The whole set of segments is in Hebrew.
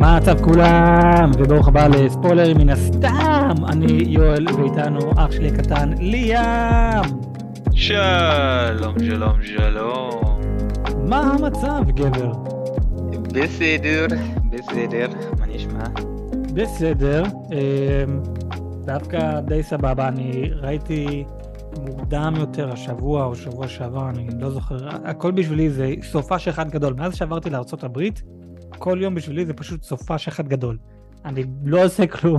מה הצב כולם, וברוך הבא לספוילרים מן הסתם. אני יואל ואיתנו אח שלי הקטן ליאם. שלום, שלום, שלום. מה המצב גבר? בסדר, בסדר, מה נשמע? בסדר, דווקא די סבבה. אני ראיתי מוקדם יותר השבוע או שבוע שעבר, אני לא זוכר, הכל בשבילי זה סופש אחד גדול. מאז שעברתי לארצות הברית, כל יום בשבילי זה פשוט סופש אחד גדול. אני לא עושה כלום.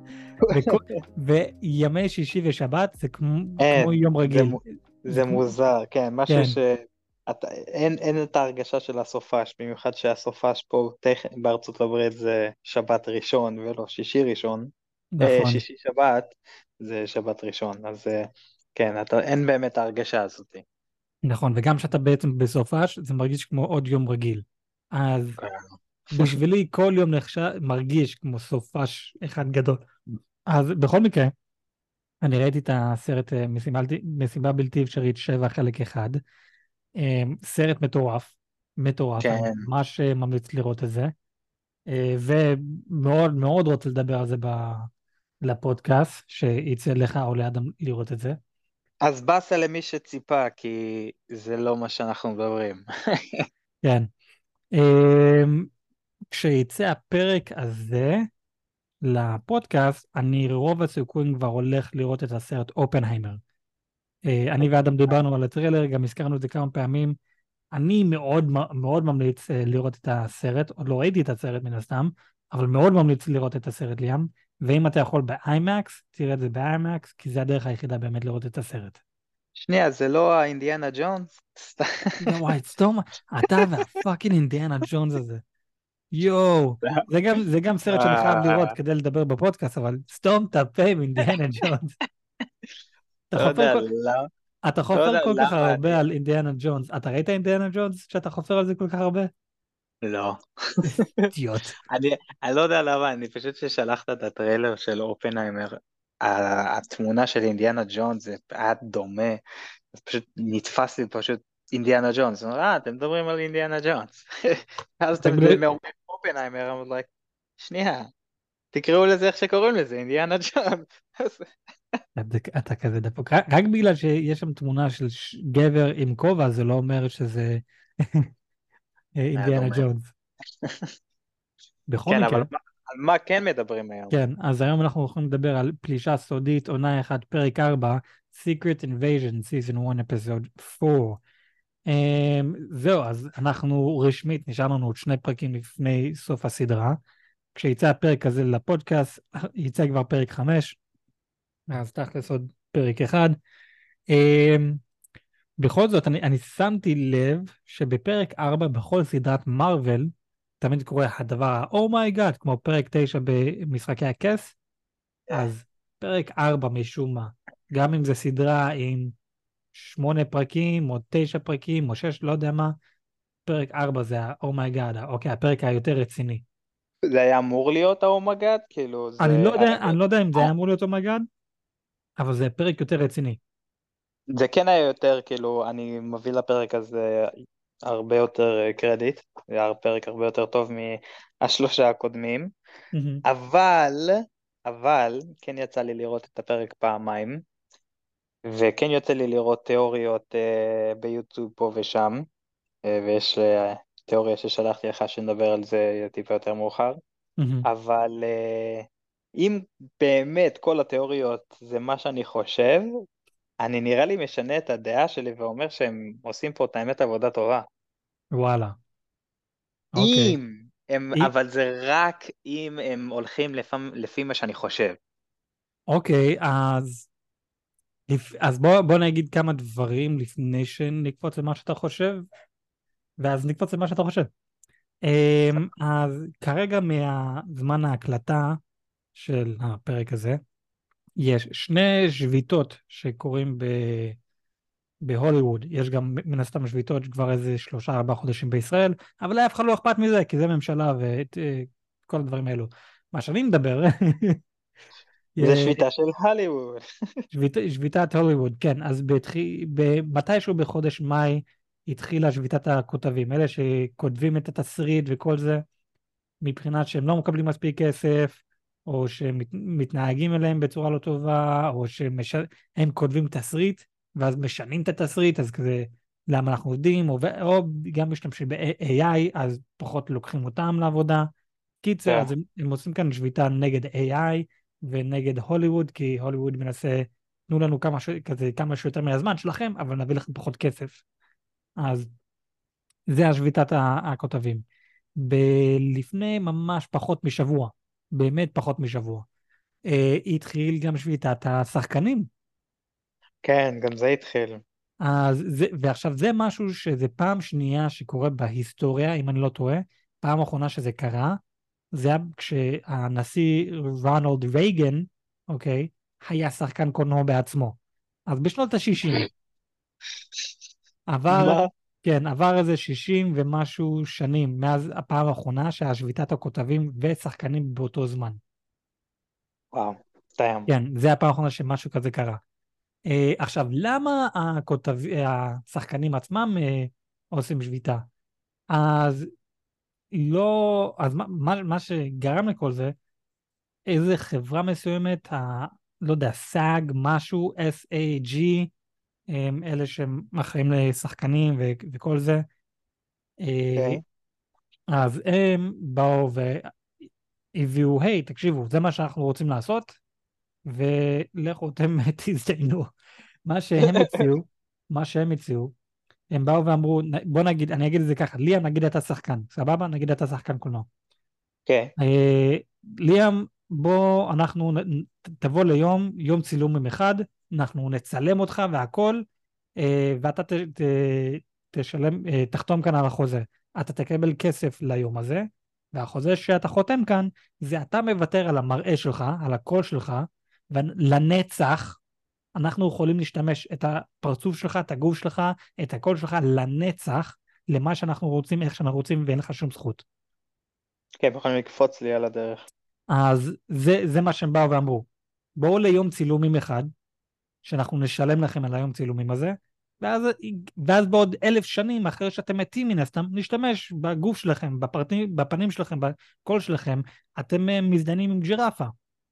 וימי שישי ושבת זה כמו יום רגיל. זה מוזר, כן, משהו כן. אין את ההרגשה של הסופש, במיוחד שהסופש פה בארצות הברית זה שבת ראשון ולא שישי ראשון. נכון. שישי שבת זה שבת ראשון, אז כן, אין באמת ההרגשה הזאת. נכון, וגם שאתה בעצם בסופש, זה מרגיש כמו עוד יום רגיל. אז בשבילי כל יום מרגיש כמו סופש אחד גדול. אז בכל מקרה, אני ראיתי את הסרט משימה בלתי אפשרית 7 חלק 1. סרט מטורף, מטורף. כן. אני ממש ממליץ לראות את זה. ומאוד מאוד רוצה לדבר על זה לפודקאסט, שיצא לך או לאדם לראות את זה. אז בסה למי שציפה, כי זה לא מה שאנחנו מדברים. כן. כשיצא הפרק הזה לפודקאסט, אני רוב הסיכויים כבר הולך לראות את הסרט אופנהיימר. אני ואדם דיברנו על הטריילר, גם הזכרנו את זה כמה פעמים. אני מאוד מאוד ממליץ לראות את הסרט, עוד לא ראיתי את הסרט מן הסתם, אבל מאוד ממליץ לראות את הסרט ליאם, ואם אתה יכול באיימקס, תראה את זה באיימקס, כי זה הדרך היחידה באמת לראות את הסרט. שנייה, זה לא האינדיאנה ג'ונס? וואי, סתום, אתה והפאקינג אינדיאנה ג'ונס הזה. יואו, זה גם סרט שאני חייב לראות כדי לדבר בפודקאסט, אבל סתום את הפה עם אינדיאנה ג'ונס. אתה חופר כל כך הרבה על אינדיאנה ג'ונס. אתה ראית אינדיאנה ג'ונס שאתה חופר על זה כל כך הרבה? לא. אידיוט. אני לא יודע למה, אני פשוט ששלחת את הטריילר של אופנהיימר, התמונה של אינדיאנה ג'ונס זה היה דומה, אז פשוט נתפס לי פשוט אינדיאנה ג'ונס, אתם מדברים על אינדיאנה ג'ונס, אז אתם מדברים על אופנהיימר, אני like, שנייה, תקראו לזה איך שקוראים לזה, אינדיאנה ג'ונס. אתה כזה דפוק, רק בגלל שיש שם תמונה של גבר עם כובע, זה לא אומר שזה אינדיאנה ג'ונס. בכל כן, מקרה. אבל על מה כן מדברים היום? כן, אז היום אנחנו יכולים לדבר על פלישה סודית, עונה 1, פרק 4, Secret Invasion, Season 1, Episode 4. זהו, אז אנחנו רשמית, נשאר לנו עוד 2 פרקים לפני סוף הסדרה. כשיצא הפרק הזה לפודקאסט, יצא כבר פרק 5, אז תכלס עוד פרק 1. בכל זאת, אני שמתי לב שבפרק 4 בכל סדרת מרוול, תמיד קורה הדבר, אומייגאד, כמו פרק 9 במשחקי הכס, אז פרק 4 משום מה, גם אם זה סדרה עם 8 פרקים, או 9 פרקים, או 6, לא יודע מה, פרק 4 זה האומייגאד, אוקיי, הפרק היותר רציני. זה היה אמור להיות האומייגאד? כאילו זה... אני לא יודע אם זה היה אמור להיות אומייגאד, אבל זה פרק יותר רציני. זה כן היה יותר, כאילו, אני מביא לפרק הזה הרבה יותר קרדיט, זה היה פרק הרבה יותר טוב מהשלושה הקודמים, אבל כן יצא לי לראות את הפרק פעמיים, וכן יוצא לי לראות תיאוריות ביוטיוב פה ושם, ויש תיאוריה ששלחתי לך שנדבר על זה טיפה יותר מאוחר, אבל אם באמת כל התיאוריות זה מה שאני חושב, אני נראה לי משנה את הדעה שלי ואומר שהם עושים פה את האמת עבודה טובה. וואלה. אוקיי. אבל זה רק אם הם הולכים לפי מה שאני חושב. אוקיי, אז בוא נגיד כמה דברים לפני שנקפוץ למה שאתה חושב, ואז נקפוץ למה שאתה חושב. אז כרגע מהזמן ההקלטה של הפרק הזה, יש 2 שביתות שקורים בהוליווד. יש גם מן הסתם שביתות כבר איזה 3-4 חודשים בישראל, אבל לאף אחד לא אכפת מזה, כי זה ממשלה וכל הדברים האלו. מה שאני מדבר... זה שביתה של הוליווד. שביתת הוליווד, כן. אז מתישהו בחודש מאי התחילה שביתת הכותבים, אלה שכותבים את התסריט וכל זה, מבחינת שהם לא מקבלים מספיק כסף, או שמתנהגים אליהם בצורה לא טובה, או שהם כותבים תסריט, ואז משנים את התסריט, אז כזה, למה אנחנו עובדים, או גם משתמשים ב-AI, אז פחות לוקחים אותם לעבודה. קיצר, כן, אז הם עושים כאן שביתה נגד AI ונגד הוליווד, כי הוליווד מנסה, תנו לנו כמה שיותר מהזמן שלכם, אבל נביא לכם פחות כסף. אז זה השביתת הכותבים. לפני ממש פחות משבוע, באמת פחות משבוע, התחיל גם שביתת השחקנים. כן, גם זה התחיל. ועכשיו זה משהו שזה פעם שנייה שקורה בהיסטוריה, אם אני לא טועה, פעם אחרונה שזה קרה, זה היה כשהנשיא רונלד רייגן, אוקיי, היה שחקן קולנוע בעצמו. אז בשנות ה-60 עבר, מה? כן, עבר איזה 60 ומשהו שנים מאז הפעם האחרונה שהשביתת הכותבים ושחקנים באותו זמן. וואו, דיים. כן, זה הפעם האחרונה שמשהו כזה קרה. עכשיו, למה השחקנים עצמם עושים שביתה? אז לא, אז מה שגרם לכל זה, איזה חברה מסוימת, לא יודע, סאג, משהו, SAG, אלה שמאחרים לשחקנים וכל זה, אה, אוקיי. אז הם באו והביאו, היי, תקשיבו, זה מה שאנחנו רוצים לעשות, ולכו אתם תזדיינו. מה שהם הציעו, מה שהם הציעו, הם באו ואמרו, בוא נגיד, אני אגיד את זה ככה, ליאם, נגיד אתה שחקן, סבבה? נגיד אתה שחקן קולנוע. אוקיי. אה, ליאם, בוא, תבוא יום צילומים אחד, אנחנו נצלם אותך והכל, ואתה תשלם, תחתום כאן על החוזה. אתה תקבל כסף ליום הזה, והחוזה שאתה חותם כאן, זה אתה מוותר על המראה שלך, על הקול שלך, ולנצח, אנחנו יכולים להשתמש את הפרצוף שלך, את הגוף שלך, את הקול שלך, לנצח, למה שאנחנו רוצים, איך שאנחנו רוצים, ואין לך שום זכות. כן, יכולים לקפוץ לי על הדרך. אז זה מה שהם באו ואמרו. בואו ליום צילומים אחד, שאנחנו נשלם לכם על היום צילומים הזה, ואז בעוד 1,000 שנים, אחרי שאתם מתים מן הסתם, נשתמש בגוף שלכם, בפנים שלכם, בקול שלכם, אתם מזדיינים עם ג'ירפה.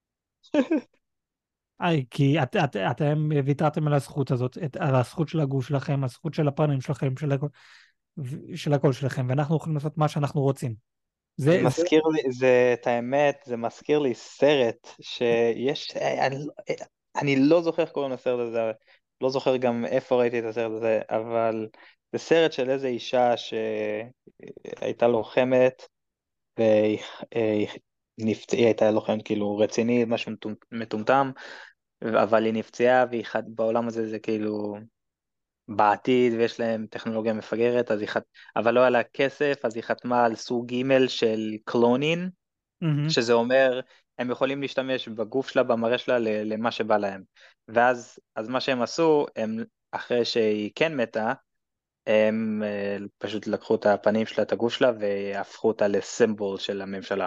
כי אתם ויתרתם על הזכות הזאת, על הזכות של הגוף שלכם, הזכות של הפנים שלכם, של הקול שלכם, ואנחנו יכולים לעשות מה שאנחנו רוצים. זה זה מזכיר לי, את האמת, זה מזכיר לי סרט שיש, אני לא זוכר איך קוראים לסרט הזה, לא זוכר גם איפה ראיתי את הסרט הזה, אבל זה סרט של איזו אישה שהייתה לוחמת, והיא היא הייתה לוחמת כאילו רצינית, משהו מטומטם, אבל היא נפצעה, בעולם הזה זה כאילו בעתיד, ויש להם טכנולוגיה מפגרת, אבל לא היה לה כסף, אז היא חתמה על סוג ג' של קלונין, מהמם. שזה אומר, הם יכולים להשתמש בגוף שלה, במראה שלה, למה שבא להם. אז מה שהם עשו, אחרי שהיא כן מתה, הם פשוט לקחו את הפנים שלה, את הגוף שלה, והפכו אותה לסימבול של הממשלה.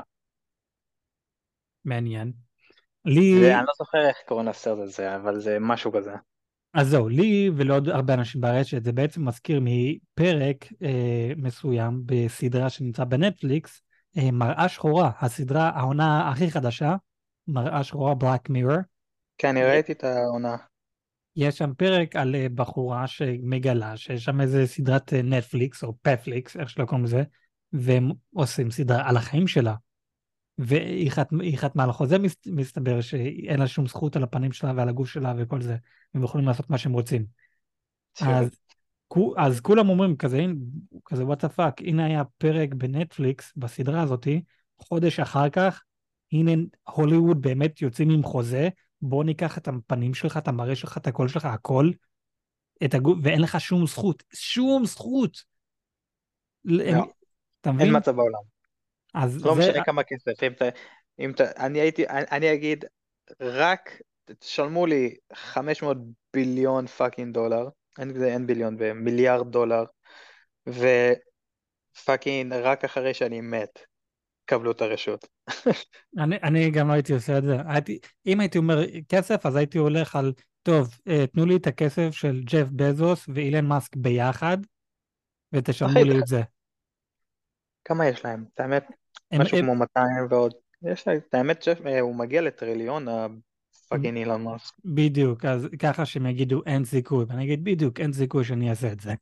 מעניין. אני לי, לא זוכר איך קוראים לסרט הזה, אבל זה משהו כזה. אז זהו, לי ולעוד הרבה אנשים ברשת, זה בעצם מזכיר מפרק מסוים בסדרה שנמצא בנטפליקס, מראה שחורה, העונה הכי חדשה, מראה שחורה, Black Mirror. כן, אני ראיתי את העונה. יש שם פרק על בחורה שמגלה שיש שם איזה סדרת נטפליקס או פפליקס, איך שלא קוראים לזה, והם עושים סדרה על החיים שלה. היא חתמה על חוזה, מסתבר שאין לה שום זכות על הפנים שלה ועל הגוף שלה וכל זה. הם יכולים לעשות מה שהם רוצים. אז, אז כולם אומרים כזה, כזה what the fuck, הנה היה פרק בנטפליקס בסדרה הזאתי, חודש אחר כך, הנה הוליווד באמת יוצאים עם חוזה, בוא ניקח את הפנים שלך, את המראה שלך, את הקול שלך, הכל, את הגוף, ואין לך שום זכות, שום זכות. לא, אתה אין מבין? מצב בעולם. אז לא זה, משנה כמה כסף, אני אגיד, רק תשלמו לי 500 ביליון פאקינג דולר, אין ביליון, במיליארד דולר, ופאקינג רק אחרי שאני מת, קבלו את הרשות. אני גם לא הייתי עושה את זה. אם הייתי אומר כסף, אז הייתי הולך על, טוב, תנו לי את הכסף של ג'ף בזוס ואילן מאסק ביחד, ותשלמו אחי, לי את זה. כמה יש להם? את האמת, משהו כמו 200 ועוד, יש לה, את האמת שהוא מגיע לטריליון, הפאקינג אילון מאסק. בדיוק, אז ככה שהם יגידו אין סיכוי, ואני אגיד בדיוק אין סיכוי שאני אעשה את זה.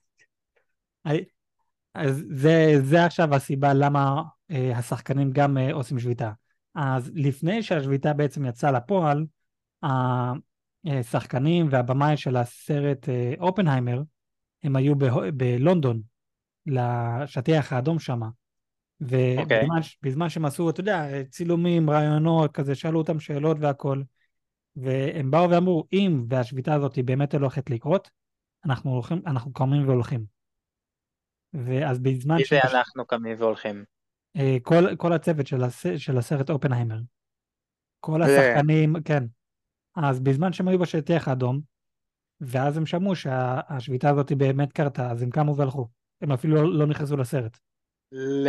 אז זה עכשיו הסיבה למה השחקנים גם עושים שביתה. אז לפני שהשביתה בעצם יצאה לפועל, השחקנים והבמאי של הסרט אופנהיימר, הם היו בלונדון, לשטיח האדום שם. אוקיי. ובזמן שהם עשו, אתה יודע, צילומים, רעיונות, כזה, שאלו אותם שאלות והכל, והם באו ואמרו, אם והשביתה הזאת היא באמת הולכת לקרות, אנחנו קמים והולכים. ואז בזמן מי זה אנחנו קמים והולכים? כל הצוות של הסרט אופנהיימר, כל זה, השחקנים, כן. אז בזמן שהם היו בשטיח האדום, ואז הם שמעו שהשביתה הזאת באמת קרתה, אז הם קמו והלכו. הם אפילו לא נכנסו לסרט. ל...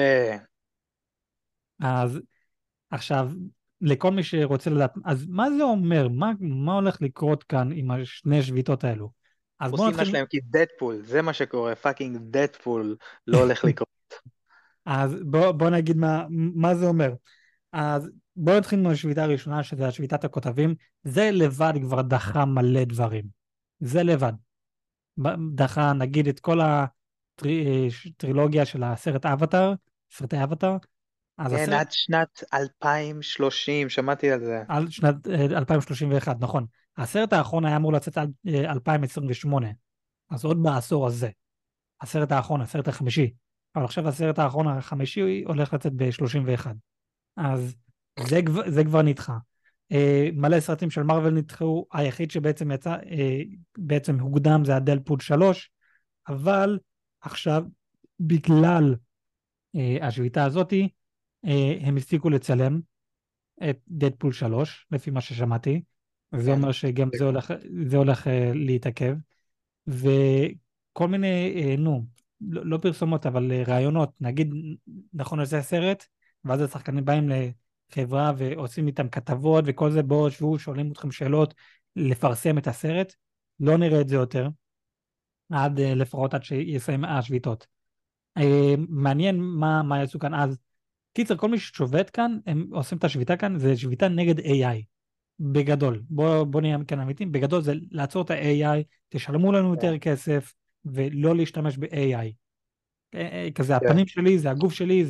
אז עכשיו, לכל מי שרוצה לדעת, אז מה זה אומר? מה הולך לקרות כאן עם השני שביתות האלו? אז בואו עושים מה נתחיל, שלהם כי דדפול, זה מה שקורה, פאקינג דדפול לא הולך לקרות. אז בוא נגיד מה זה אומר. אז בואו נתחיל מהשביתה הראשונה, שזה השביתת הכותבים. זה לבד כבר דחה מלא דברים. זה לבד. דחה נגיד את כל הטרילוגיה של הסרט אבטאר, סרטי אבטאר. אז כן, הסרט עד שנת 2030, שמעתי על זה. על שנת 2031, נכון. הסרט האחרון היה אמור לצאת על 2028, אז עוד בעשור הזה. הסרט האחרון, הסרט החמישי. אבל עכשיו הסרט האחרון החמישי הולך לצאת ב-31. אז זה כבר נדחה. מלא סרטים של מארוול נדחו, היחיד שבעצם יצא, בעצם הוקדם זה הדלפוד 3, אבל עכשיו בגלל השביתה הזאתי, הם הפסיקו לצלם את דדפול 3, לפי מה ששמעתי, זה כן. אומר שגם זה הולך להתעכב, וכל מיני, נו, לא פרסומות, אבל רעיונות, נגיד, נכון, זה הסרט, ואז השחקנים באים לחברה ועושים איתם כתבות וכל זה, בואו שבו, שואלים אתכם שאלות, לפרסם את הסרט, לא נראה את זה יותר, לפחות עד שיסיים השביתות. מעניין מה יעשו כאן אז. קיצר, כל מי ששובת כאן, הם עושים את השביתה כאן, זה שביתה נגד AI. בגדול, בוא נהיה כאן אמיתים, בגדול זה לעצור את ה-AI, תשלמו לנו יותר כן. כסף, ולא להשתמש ב-AI. כזה כן. הפנים שלי, זה הגוף שלי,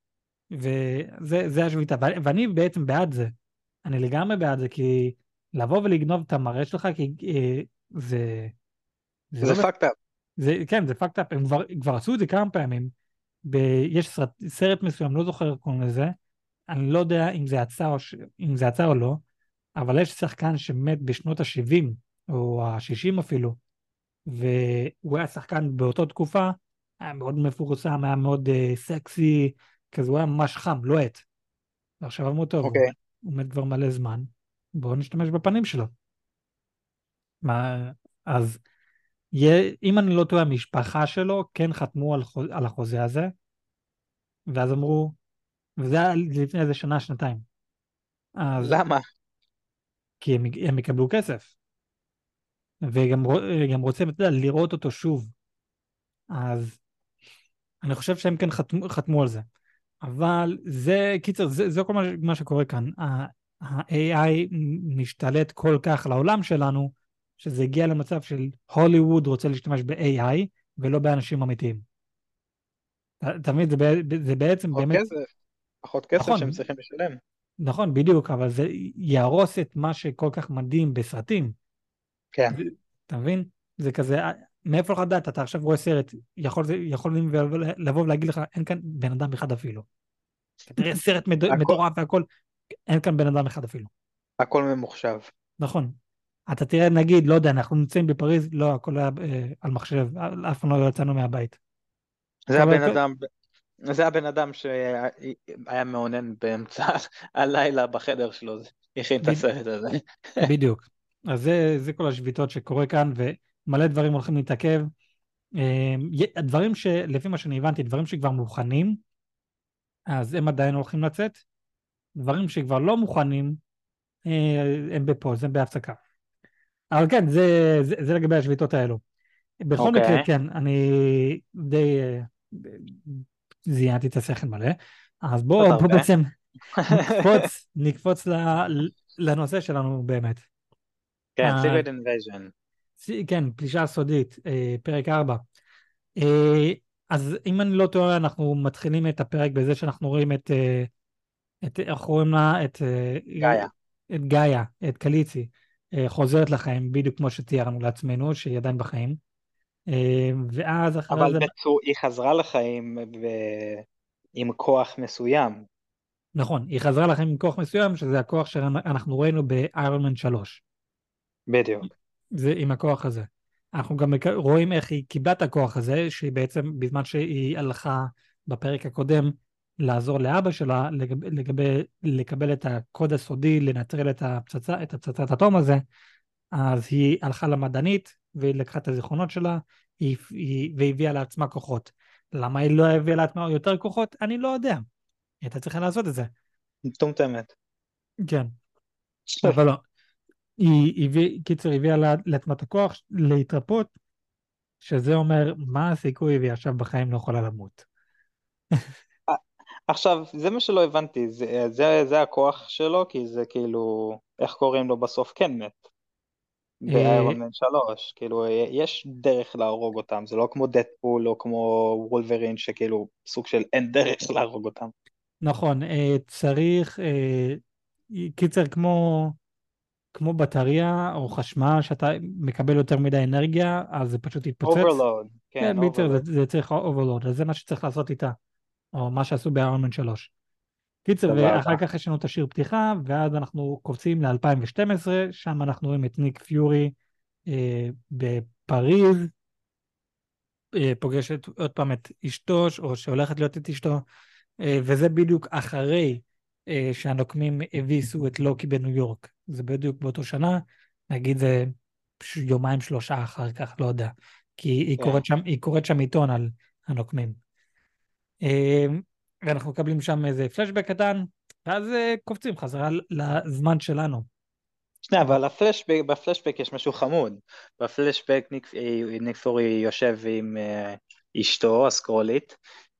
וזה השביתה, ואני בעצם בעד זה. אני לגמרי בעד זה, כי לבוא ולגנוב את המראה שלך, כי זה זה לא, fucked up. כן, זה fucked up, הם כבר עשו את זה כמה פעמים, יש סרט מסוים, לא זוכר איך קוראים לזה, אני לא יודע אם זה יצא או לא, אבל יש שחקן שמת בשנות ה-70, או ה-60 אפילו, והוא היה שחקן באותה תקופה, היה מאוד מפורסם, היה מאוד סקסי, כזה הוא היה ממש חם, לוהט. ועכשיו אמרו, טוב, אוקיי. הוא מת כבר מלא זמן, בואו נשתמש בפנים שלו. מה, אז אם אני לא טועה, המשפחה שלו כן חתמו על החוזה הזה, ואז אמרו, וזה היה לפני איזה שנה, שנתיים. אז למה? כי הם יקבלו כסף, וגם גם רוצים, אתה יודע, לראות אותו שוב. אז אני חושב שהם כן חתמו על זה. אבל זה, קיצר, זה כל מה שקורה כאן. ה-AI משתלט כל כך לעולם שלנו, שזה הגיע למצב של הוליווד רוצה להשתמש ב-AI, ולא באנשים אמיתיים. אתה מבין, זה בעצם פחות באמת, כסף. פחות כסף שהם נכון, צריכים לשלם. נכון, בדיוק, אבל זה יהרוס את מה שכל כך מדהים בסרטים. כן. אתה מבין? זה כזה, מאיפה לך לדעת, אתה עכשיו רואה סרט, יכולים לבוא ולהגיד לך, אין כאן בן אדם אחד אפילו. אתה תראה סרט הכל, מטורף והכל, אין כאן בן אדם אחד אפילו. הכל ממוחשב. נכון. אתה תראה, נגיד, לא יודע, אנחנו נמצאים בפריז, לא, הכל היה על מחשב, אף פעם לא יצאנו מהבית. זה כל- הבן אדם, זה הבן אדם שהיה מאונן באמצע הלילה בחדר שלו, הכין את ב- הסרט הזה. בדיוק. אז זה כל השביתות שקורה כאן, ומלא דברים הולכים להתעכב. הדברים שלפי מה שאני הבנתי, דברים שכבר מוכנים, אז הם עדיין הולכים לצאת. דברים שכבר לא מוכנים, הם בפוז, הם בהפסקה. אבל כן, זה לגבי השביתות האלו. בכל מקרה, אוקיי. כן, אני די זיינתי את השכל מלא. אז עוד בוא הרבה. בעצם נקפוץ לנושא שלנו באמת. כן, אה, Secret Invasion. כן, פלישה סודית, פרק 4. אז אם אני לא טועה, אנחנו מתחילים את הפרק בזה שאנחנו רואים איך קוראים לה? גאיה. את גאיה, את קליצי, חוזרת לחיים, בדיוק כמו שתיארנו לעצמנו, שהיא עדיין בחיים. ואז אחרי אבל זה, היא חזרה לחיים עם כוח מסוים. נכון, היא חזרה לחיים עם כוח מסוים, שזה הכוח שאנחנו ראינו באיירון מן 3. בדיוק. זה עם הכוח הזה. אנחנו גם רואים איך היא קיבלה את הכוח הזה, שהיא בעצם, בזמן שהיא הלכה בפרק הקודם לעזור לאבא שלה לקבל את הקוד הסודי, לנטרל את הפצצת אטום הזה, אז היא הלכה למדענית, והיא לקחה את הזיכרונות שלה, והביאה לעצמה כוחות. למה היא לא הביאה לעצמה יותר כוחות? אני לא יודע. היא הייתה צריכה לעשות את זה. מטומטמת. כן, אבל לא. קיצר, הביאה לעצמה את הכוח להתרפות, שזה אומר, מה הסיכוי והיא עכשיו בחיים לא יכולה למות. עכשיו, זה מה שלא הבנתי, זה הכוח שלו, כי זה כאילו, איך קוראים לו בסוף? כן מת, אה, באיירון מן 3, כאילו, יש דרך להרוג אותם, זה לא כמו דדפול או כמו וולברין, שכאילו, סוג של אין דרך להרוג אותם. נכון, צריך, קיצר, כמו בטריה או חשמל, שאתה מקבל יותר מדי אנרגיה, אז זה פשוט יתפוצץ. אוברלוד, כן, כן, ביצר, אוברלוד, זה צריך אוברלוד, אז זה מה שצריך לעשות איתה, או מה שעשו באיירון 3. קיצר, סבבה. ואחר כך יש לנו את השיר פתיחה, ואז אנחנו קופצים ל-2012, שם אנחנו רואים את ניק פיורי בפריז, פוגשת עוד פעם את אשתו, או שהולכת להיות את אשתו, וזה בדיוק אחרי שהנוקמים הביסו את לוקי בניו יורק. זה בדיוק באותו שנה, נגיד זה יומיים שלושה אחר כך, לא יודע. כי כן. היא קוראת שם עיתון על הנוקמים. אה, ואנחנו מקבלים שם איזה פלשבק קטן, ואז קופצים חזרה לזמן שלנו. שנייה, אבל בפלשבק יש משהו חמוד. בפלשבק ניק פורי יושב עם אשתו, הסקרולית,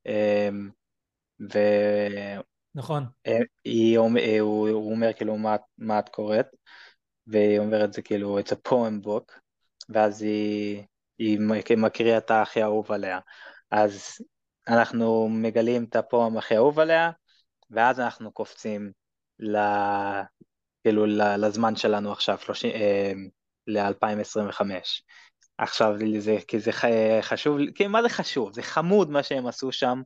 נכון. הוא אומר כאילו מה את קוראת, והיא אומרת זה כאילו it's a poem book, ואז היא מקריאה את הכי אהוב עליה. אז אנחנו מגלים את הפועם הכי אהוב עליה, ואז אנחנו קופצים ל... כאילו לזמן שלנו עכשיו, ל-2025. עכשיו כי זה חשוב, כי מה זה חשוב? זה חמוד מה שהם עשו שם,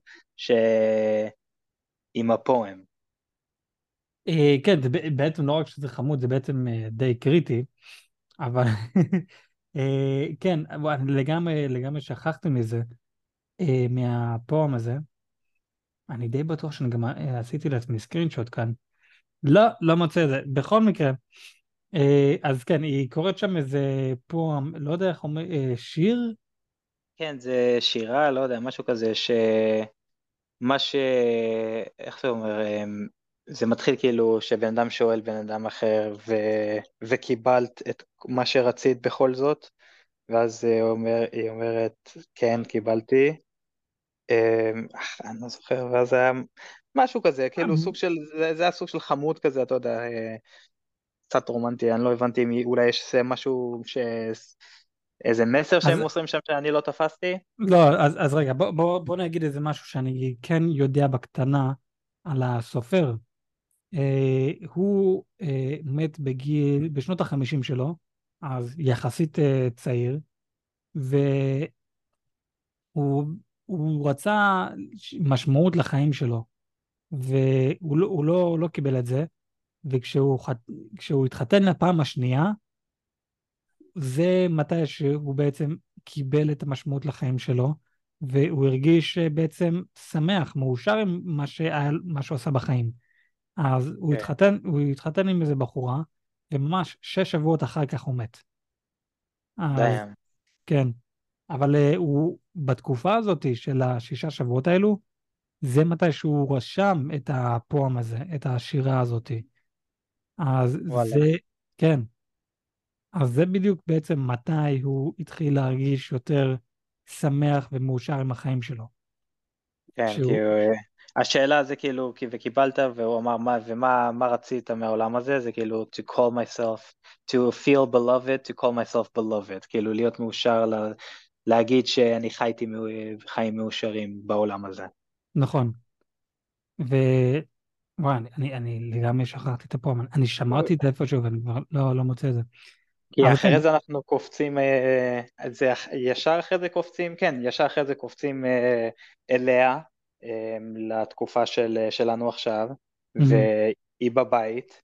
עם הפועם. כן, זה בעצם לא רק שזה חמוד, זה בעצם די קריטי, אבל כן, אני לגמרי שכחתי מזה, מהפועם הזה. אני די בטוח שאני גם עשיתי לעצמי סקרין שוט כאן. לא, לא מוצא את זה. בכל מקרה, אז כן, היא קוראת שם איזה פועם, לא יודע איך אומר, שיר? כן, זה שירה, לא יודע, משהו כזה, מה ש... איך זה אומר? זה מתחיל כאילו שבן אדם שואל בן אדם אחר, וקיבלת את מה שרצית בכל זאת, ואז היא אומרת, כן, קיבלתי. אני לא זוכר, ואז היה משהו כזה, כאילו סוג של, זה היה סוג של חמוד כזה, אתה יודע, קצת רומנטי, אני לא הבנתי אם אולי יש משהו, איזה מסר שהם אז מוסרים שם שאני לא תפסתי. לא, אז רגע, בוא נגיד איזה משהו שאני כן יודע בקטנה על הסופר. הוא מת בשנות ה-50 שלו, אז יחסית צעיר, והוא הוא רצה משמעות לחיים שלו, והוא לא קיבל את זה, וכשהוא התחתן לפעם השנייה, זה מתי שהוא בעצם קיבל את המשמעות לחיים שלו, והוא הרגיש בעצם שמח, מאושר עם מה שהוא עשה בחיים. אז כן, הוא התחתן עם איזה בחורה, וממש 6 שבועות אחר כך הוא מת. אז דיים. כן, אבל הוא בתקופה הזאת של ה6 שבועות האלו, זה מתי שהוא רשם את הפועם הזה, את השירה הזאת. אז וואלה. כן, אז זה בדיוק בעצם מתי הוא התחיל להרגיש יותר שמח ומאושר עם החיים שלו. כן, כי כשהוא, השאלה זה כאילו, וקיבלת, והוא אמר, ומה רצית מהעולם הזה? זה כאילו, to call myself, to feel beloved, to call myself beloved, כאילו להיות מאושר, להגיד שאני חייתי חיים מאושרים בעולם הזה. נכון. ו... וואי, אני לגמרי שכחתי את הפעם, אני שמרתי את זה איפשהו ואני כבר לא מוצא את זה. כי אבל כן, אחרי זה אנחנו קופצים, זה ישר אחרי זה קופצים, כן, ישר אחרי זה קופצים אליה, לתקופה שלנו עכשיו, מהמם. והיא בבית,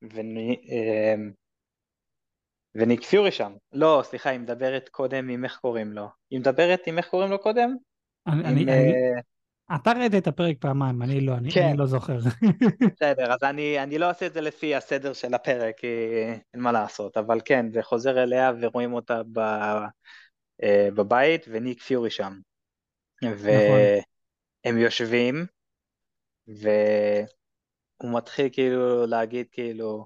וניק פיורי שם. לא, סליחה, היא מדברת קודם עם איך קוראים לו. היא מדברת עם איך קוראים לו קודם? אני, עם... אני, אני, אתה ראית את הפרק פעמיים, אני לא, אני כן, לא זוכר. בסדר, אז אני לא עושה את זה לפי הסדר של הפרק, כי אין מה לעשות, אבל כן, זה חוזר אליה ורואים אותה בבית, וניק פיורי שם. נכון. והם יושבים, והוא מתחיל כאילו להגיד כאילו,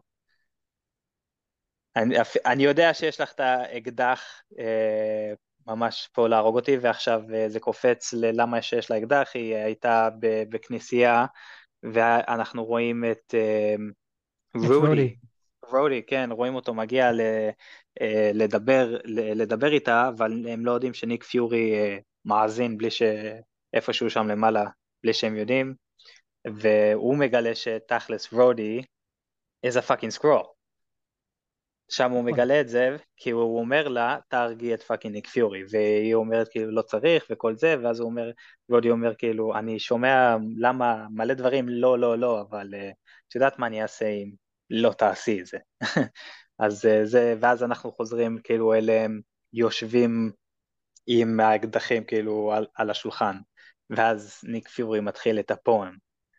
אני יודע שיש לך את האקדח ממש פה להרוג אותי, ועכשיו זה קופץ ללמה שיש לה אקדח, היא הייתה בכנסייה, ואנחנו רואים את את רודי, רודי. כן, רואים אותו מגיע לדבר איתה, אבל הם לא יודעים שניק פיורי מאזין איפשהו שם למעלה, בלי שהם יודעים, והוא מגלה שתכלס רודי is a fucking scroll. שם הוא נכון. מגלה את זה, כי הוא אומר לה, תהרגי את פאקינג ניק פיורי, והיא אומרת כאילו לא צריך וכל זה, ואז הוא אומר, רודי אומר כאילו, אני שומע למה מלא דברים, לא, לא, לא, אבל את יודעת מה אני אעשה אם לא תעשי את זה. אז ואז אנחנו חוזרים כאילו אליהם, יושבים עם האקדחים כאילו על השולחן, ואז ניק פיורי מתחיל את הפועם.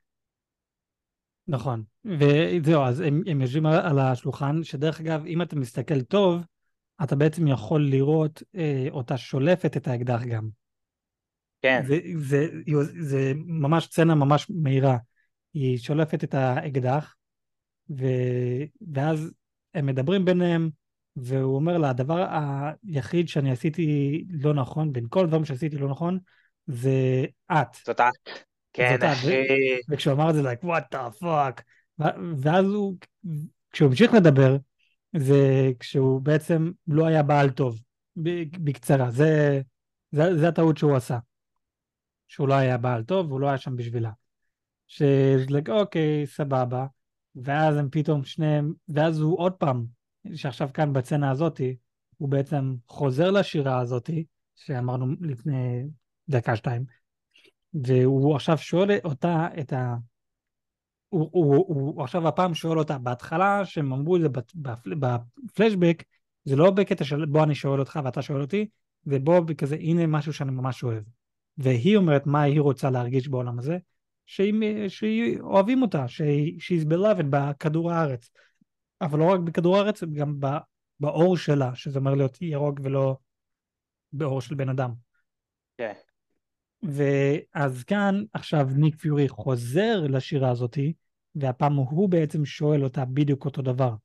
נכון. וזהו, אז הם יושבים על השולחן, שדרך אגב, אם אתה מסתכל טוב, אתה בעצם יכול לראות אותה שולפת את האקדח גם. כן, זה ממש סצנה ממש מהירה. היא שולפת את האקדח, ו... ואז הם מדברים ביניהם, והוא אומר לה, הדבר היחיד שאני עשיתי לא נכון, בין כל הדברים שעשיתי לא נכון, זה את. זאת את. כן, זאת את. אחי. וכשהוא אמר את זה, like, what the fuck. ואז הוא, כשהוא המשיך לדבר, זה כשהוא בעצם לא היה בעל טוב. בקצרה, זה הטעות שהוא עשה. שהוא לא היה בעל טוב, והוא לא היה שם בשבילה. אוקיי, סבבה. ואז הם פתאום שניהם, ואז הוא עוד פעם, שעכשיו כאן בצנה הזאתי, הוא בעצם חוזר לשירה הזאתי, שאמרנו לפני דקה שתיים, והוא עכשיו שואל אותה את ה... הוא עכשיו הפעם שואל אותה, בהתחלה שהם אמרו את זה בפלשבק, זה לא בקטע של בוא אני שואל אותך ואתה שואל אותי, זה בוא בכזה הנה משהו שאני ממש אוהב. והיא אומרת מה היא רוצה להרגיש בעולם הזה, שהיא אוהבים אותה, she's beloved בכדור הארץ. אבל לא רק בכדור הארץ, גם באור שלה, שזה אומר להיות ירוק ולא באור של בן אדם. כן, ואז כאן עכשיו ניק פיורי חוזר לשירה הזאתי, והפעם הוא בעצם שואל אותה בדיוק אותו דבר.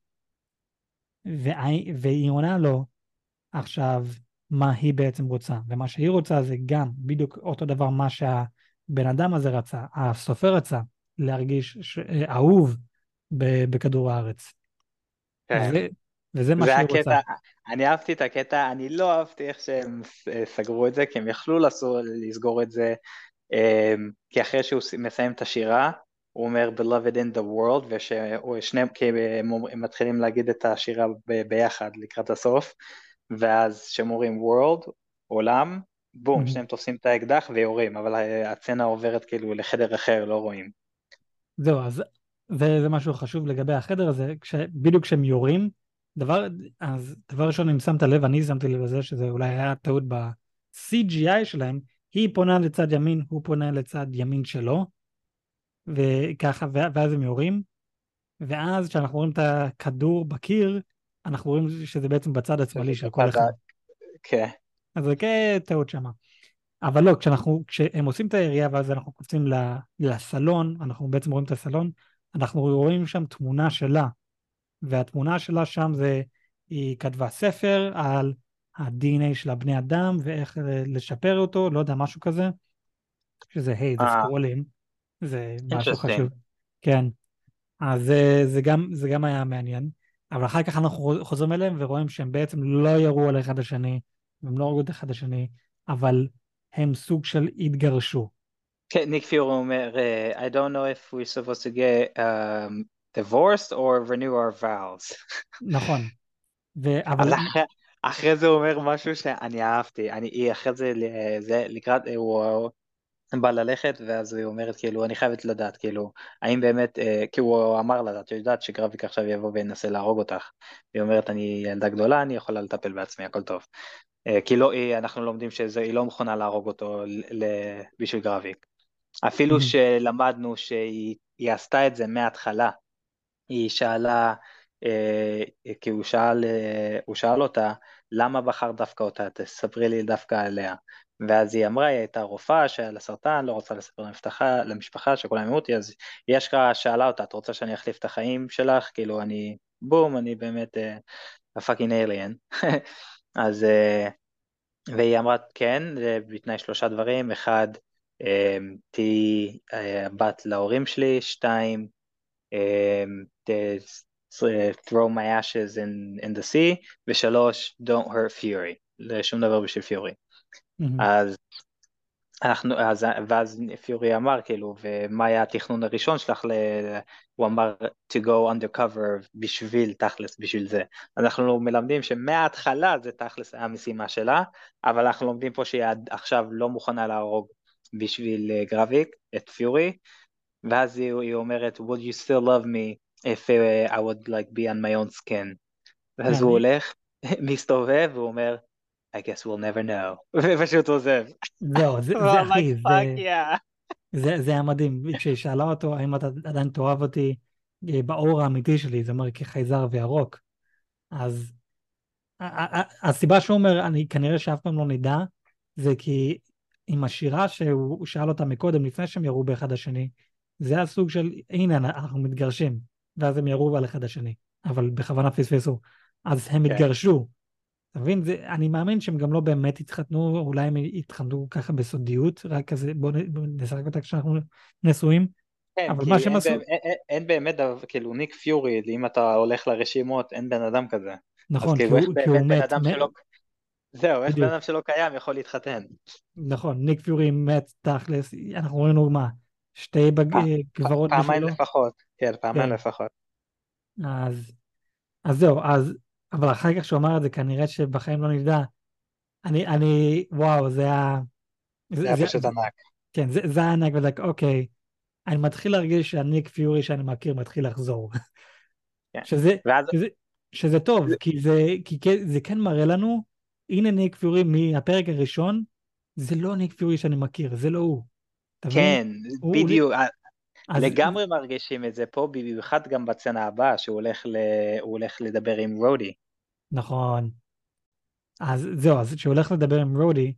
והיא עונה לו עכשיו מה היא בעצם רוצה, ומה שהיא רוצה זה גם בדיוק אותו דבר מה שהבן אדם הזה רצה, הסופר רצה, להרגיש אהוב בכדור הארץ. כן. וזה, וזה מה זה שהיא רוצה. הקטע, אני אהבתי את הקטע, אני לא אהבתי איך שהם סגרו את זה, כי הם יכלו לסגור את זה, כי אחרי שהוא מסיים את השירה, הוא אומר Beloved in the world, ושניהם הם מתחילים להגיד את השירה ביחד לקראת הסוף, ואז כשהם אומרים world, עולם, בום, Mhm. שניהם תופסים את האקדח ויורים, אבל הצצנה עוברת כאילו לחדר אחר, לא רואים. זהו, אז זה משהו חשוב לגבי החדר הזה, בדיוק כשהם יורים, אז דבר ראשון, אם שמת לב, אני שמתי לב לזה, שזה אולי היה טעות ב-CGI שלהם, היא פונה לצד ימין, הוא פונה לצד ימין שלו, וככה, ואז הם יורים, ואז כשאנחנו רואים את הכדור בקיר, אנחנו רואים שזה בעצם בצד השמאלי של כל אחד. כן, אז זה כטעות שמה. אבל לא, כשהם עושים את הירייה ואז אנחנו קופצים לסלון, אנחנו בעצם רואים את הסלון, אנחנו רואים שם תמונה שלה, והתמונה שלה שם היא כתבה ספר על ה-DNA של הבני אדם ואיך לשפר אותו, לא יודע, משהו כזה, שזה היי, זה סקרולים. זה משהו Interesting. חשוב. כן, אז זה גם היה מעניין, אבל אחר כך אנחנו חוזרים אליהם ורואים שהם בעצם לא ירו על אחד השני, הם לא הרגו את אחד השני, אבל הם סוג של התגרשו. כן, ניק פיורי אומר, I don't know if we're supposed to get divorced or renew our vows. נכון, אז אבל אחרי זה הוא אומר משהו שאני אהבתי, אחרי זה, זה לקראת, הוא בא ללכת, ואז היא אומרת, כאילו, אני חייבת לדעת, כאילו, האם באמת, כי הוא אמר לה, את יודעת שגרביק עכשיו יבוא וינסה להרוג אותך. היא אומרת, אני ילדה גדולה, אני יכולה לטפל בעצמי, הכל טוב. כי לא, אנחנו לומדים שהיא לא מוכנה להרוג אותו בשביל גרביק. אפילו שלמדנו שהיא עשתה את זה מההתחלה, היא שאלה, כי הוא שאל אותה, למה בחר דווקא אותה, תספרי לי דווקא עליה. ואז היא אמרה, היא הייתה רופאה שהיה לה סרטן, לא רוצה לספר למשפחה שכולם ימותי, אז היא אשכרה שאלה אותה, את רוצה שאני אחליף את החיים שלך? כאילו אני, בום, אני באמת הפאקינג אליין. אז, והיא אמרה, כן, בתנאי 3 דברים, 1, תהי בת להורים שלי, 2, throw my ashes in the sea, ו3, don't hurt Fury, לשום דבר בשביל פיורי. אז ואז פיורי אמר, כאילו, ומה היה התכנון הראשון שלך, הוא אמר to go undercover בשביל תכלס, בשביל זה. אנחנו מלמדים שמההתחלה זה תכלס המשימה שלה, אבל אנחנו לומדים פה שהיא עכשיו לא מוכנה להרוג בשביל גרביק, את פיורי, ואז היא אומרת, would you still love me if I would like be on my own skin? ואז הוא הולך, מסתובב, והוא אומר, I guess we'll never know, ופשוט עוזב. זהו, זה I'm like, אחי, fuck yeah. זה היה מדהים. כשהיא שאלה אותו, האם אתה עדיין תאהב אותי באור האמיתי שלי, זה אומר כחייזר וירוק. אז הסיבה שהוא אומר, אני כנראה שאף פעם לא נדע, זה כי עם השירה שהוא שאל אותה מקודם, לפני שהם ירו באחד השני, זה הסוג של, הנה, אנחנו מתגרשים, ואז הם ירו על אחד השני, אבל בכוונה פספסו. אז הם כן, התגרשו. אתה מבין? אני מאמין שהם גם לא באמת התחתנו, אולי הם התחתנו ככה בסודיות, רק כזה, בוא נשחק אותה כשאנחנו נשואים, כן, אבל מה כי שהם עשו, אין באמת, כאילו ניק פיורי, אם אתה הולך לרשימות, אין בן אדם כזה. אז נכון, כאילו, איך כי הוא באמת בן מת, אדם שלא, זהו, איך בן אדם בדיוק, שלא קיים יכול להתחתן? נכון, ניק פיורי מת תכלס, אנחנו ראינו מה, פ- גברות פעמיים בשבילו, לפחות, כן, פעמיים כן, לפחות. אז, אז זהו, אבל אחר כך שהוא אמר את זה, כנראה שבחיים לא נדע, וואו, זה היה זה, פשוט ענק. כן, זה היה ענק, וזה, אוקיי, אני מתחיל להרגיש שהניק פיורי שאני מכיר מתחיל לחזור. כן. שזה, ואז, שזה, שזה טוב, זה כן מראה לנו, הנה ניק פיורי מהפרק הראשון, זה לא ניק פיורי שאני מכיר, זה לא הוא. אתה מבין? כן, הוא, בדיוק, אז לגמרי מרגישים את זה פה, במיוחד גם בצנה הבאה, הוא הולך לדבר עם רודי. נכון. אז זהו, אז כשהוא הולך לדבר עם רודי,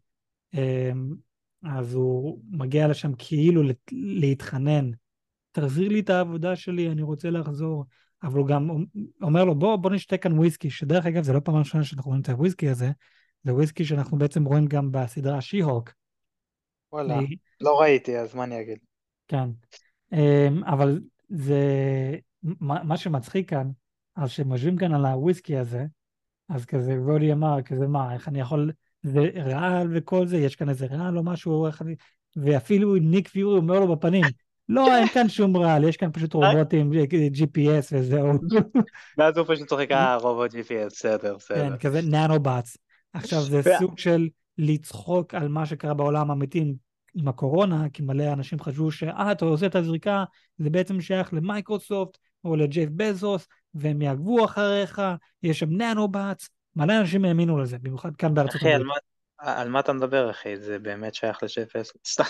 אז הוא מגיע לשם כאילו להתחנן, תחזיר לי את העבודה שלי, אני רוצה לחזור. אבל הוא גם אומר לו, בוא נשתה כאן וויסקי, שדרך אגב, זה לא פעם ראשונה שאנחנו רואים את הוויסקי הזה, זה וויסקי שאנחנו בעצם רואים גם בסדרה שי-הוק. וואלה, לא ראיתי, אז מה אני אגיד? כן. אבל זה, מה שמצחיק כאן, אז שמשווים כאן על הוויסקי הזה, אז כזה רודי אמר, כזה מה, איך אני יכול, זה רעל וכל זה, יש כאן איזה רעל או משהו, ואפילו ניק פיורי אומר לו בפנים, לא, אין כאן שום רעל, יש כאן פשוט רק- רובוטים, GPS וזהו. ואז הוא פשוט צוחק, רובוט GPS, בסדר, בסדר. כן, כזה ננו-באטס. עכשיו, זה סוג של לצחוק על מה שקרה בעולם האמיתי עם הקורונה, כי מלא אנשים חשבו אתה עושה את הזריקה, זה בעצם שייך למייקרוסופט או לג'ייף בזוס, והם יעקבו אחריך, יש שם ננו-באטס, מלא אנשים האמינו לזה, במיוחד כאן בארצות אחי, הברית. על מה אתה מדבר, אחי? זה באמת שייך לשפס? סתם.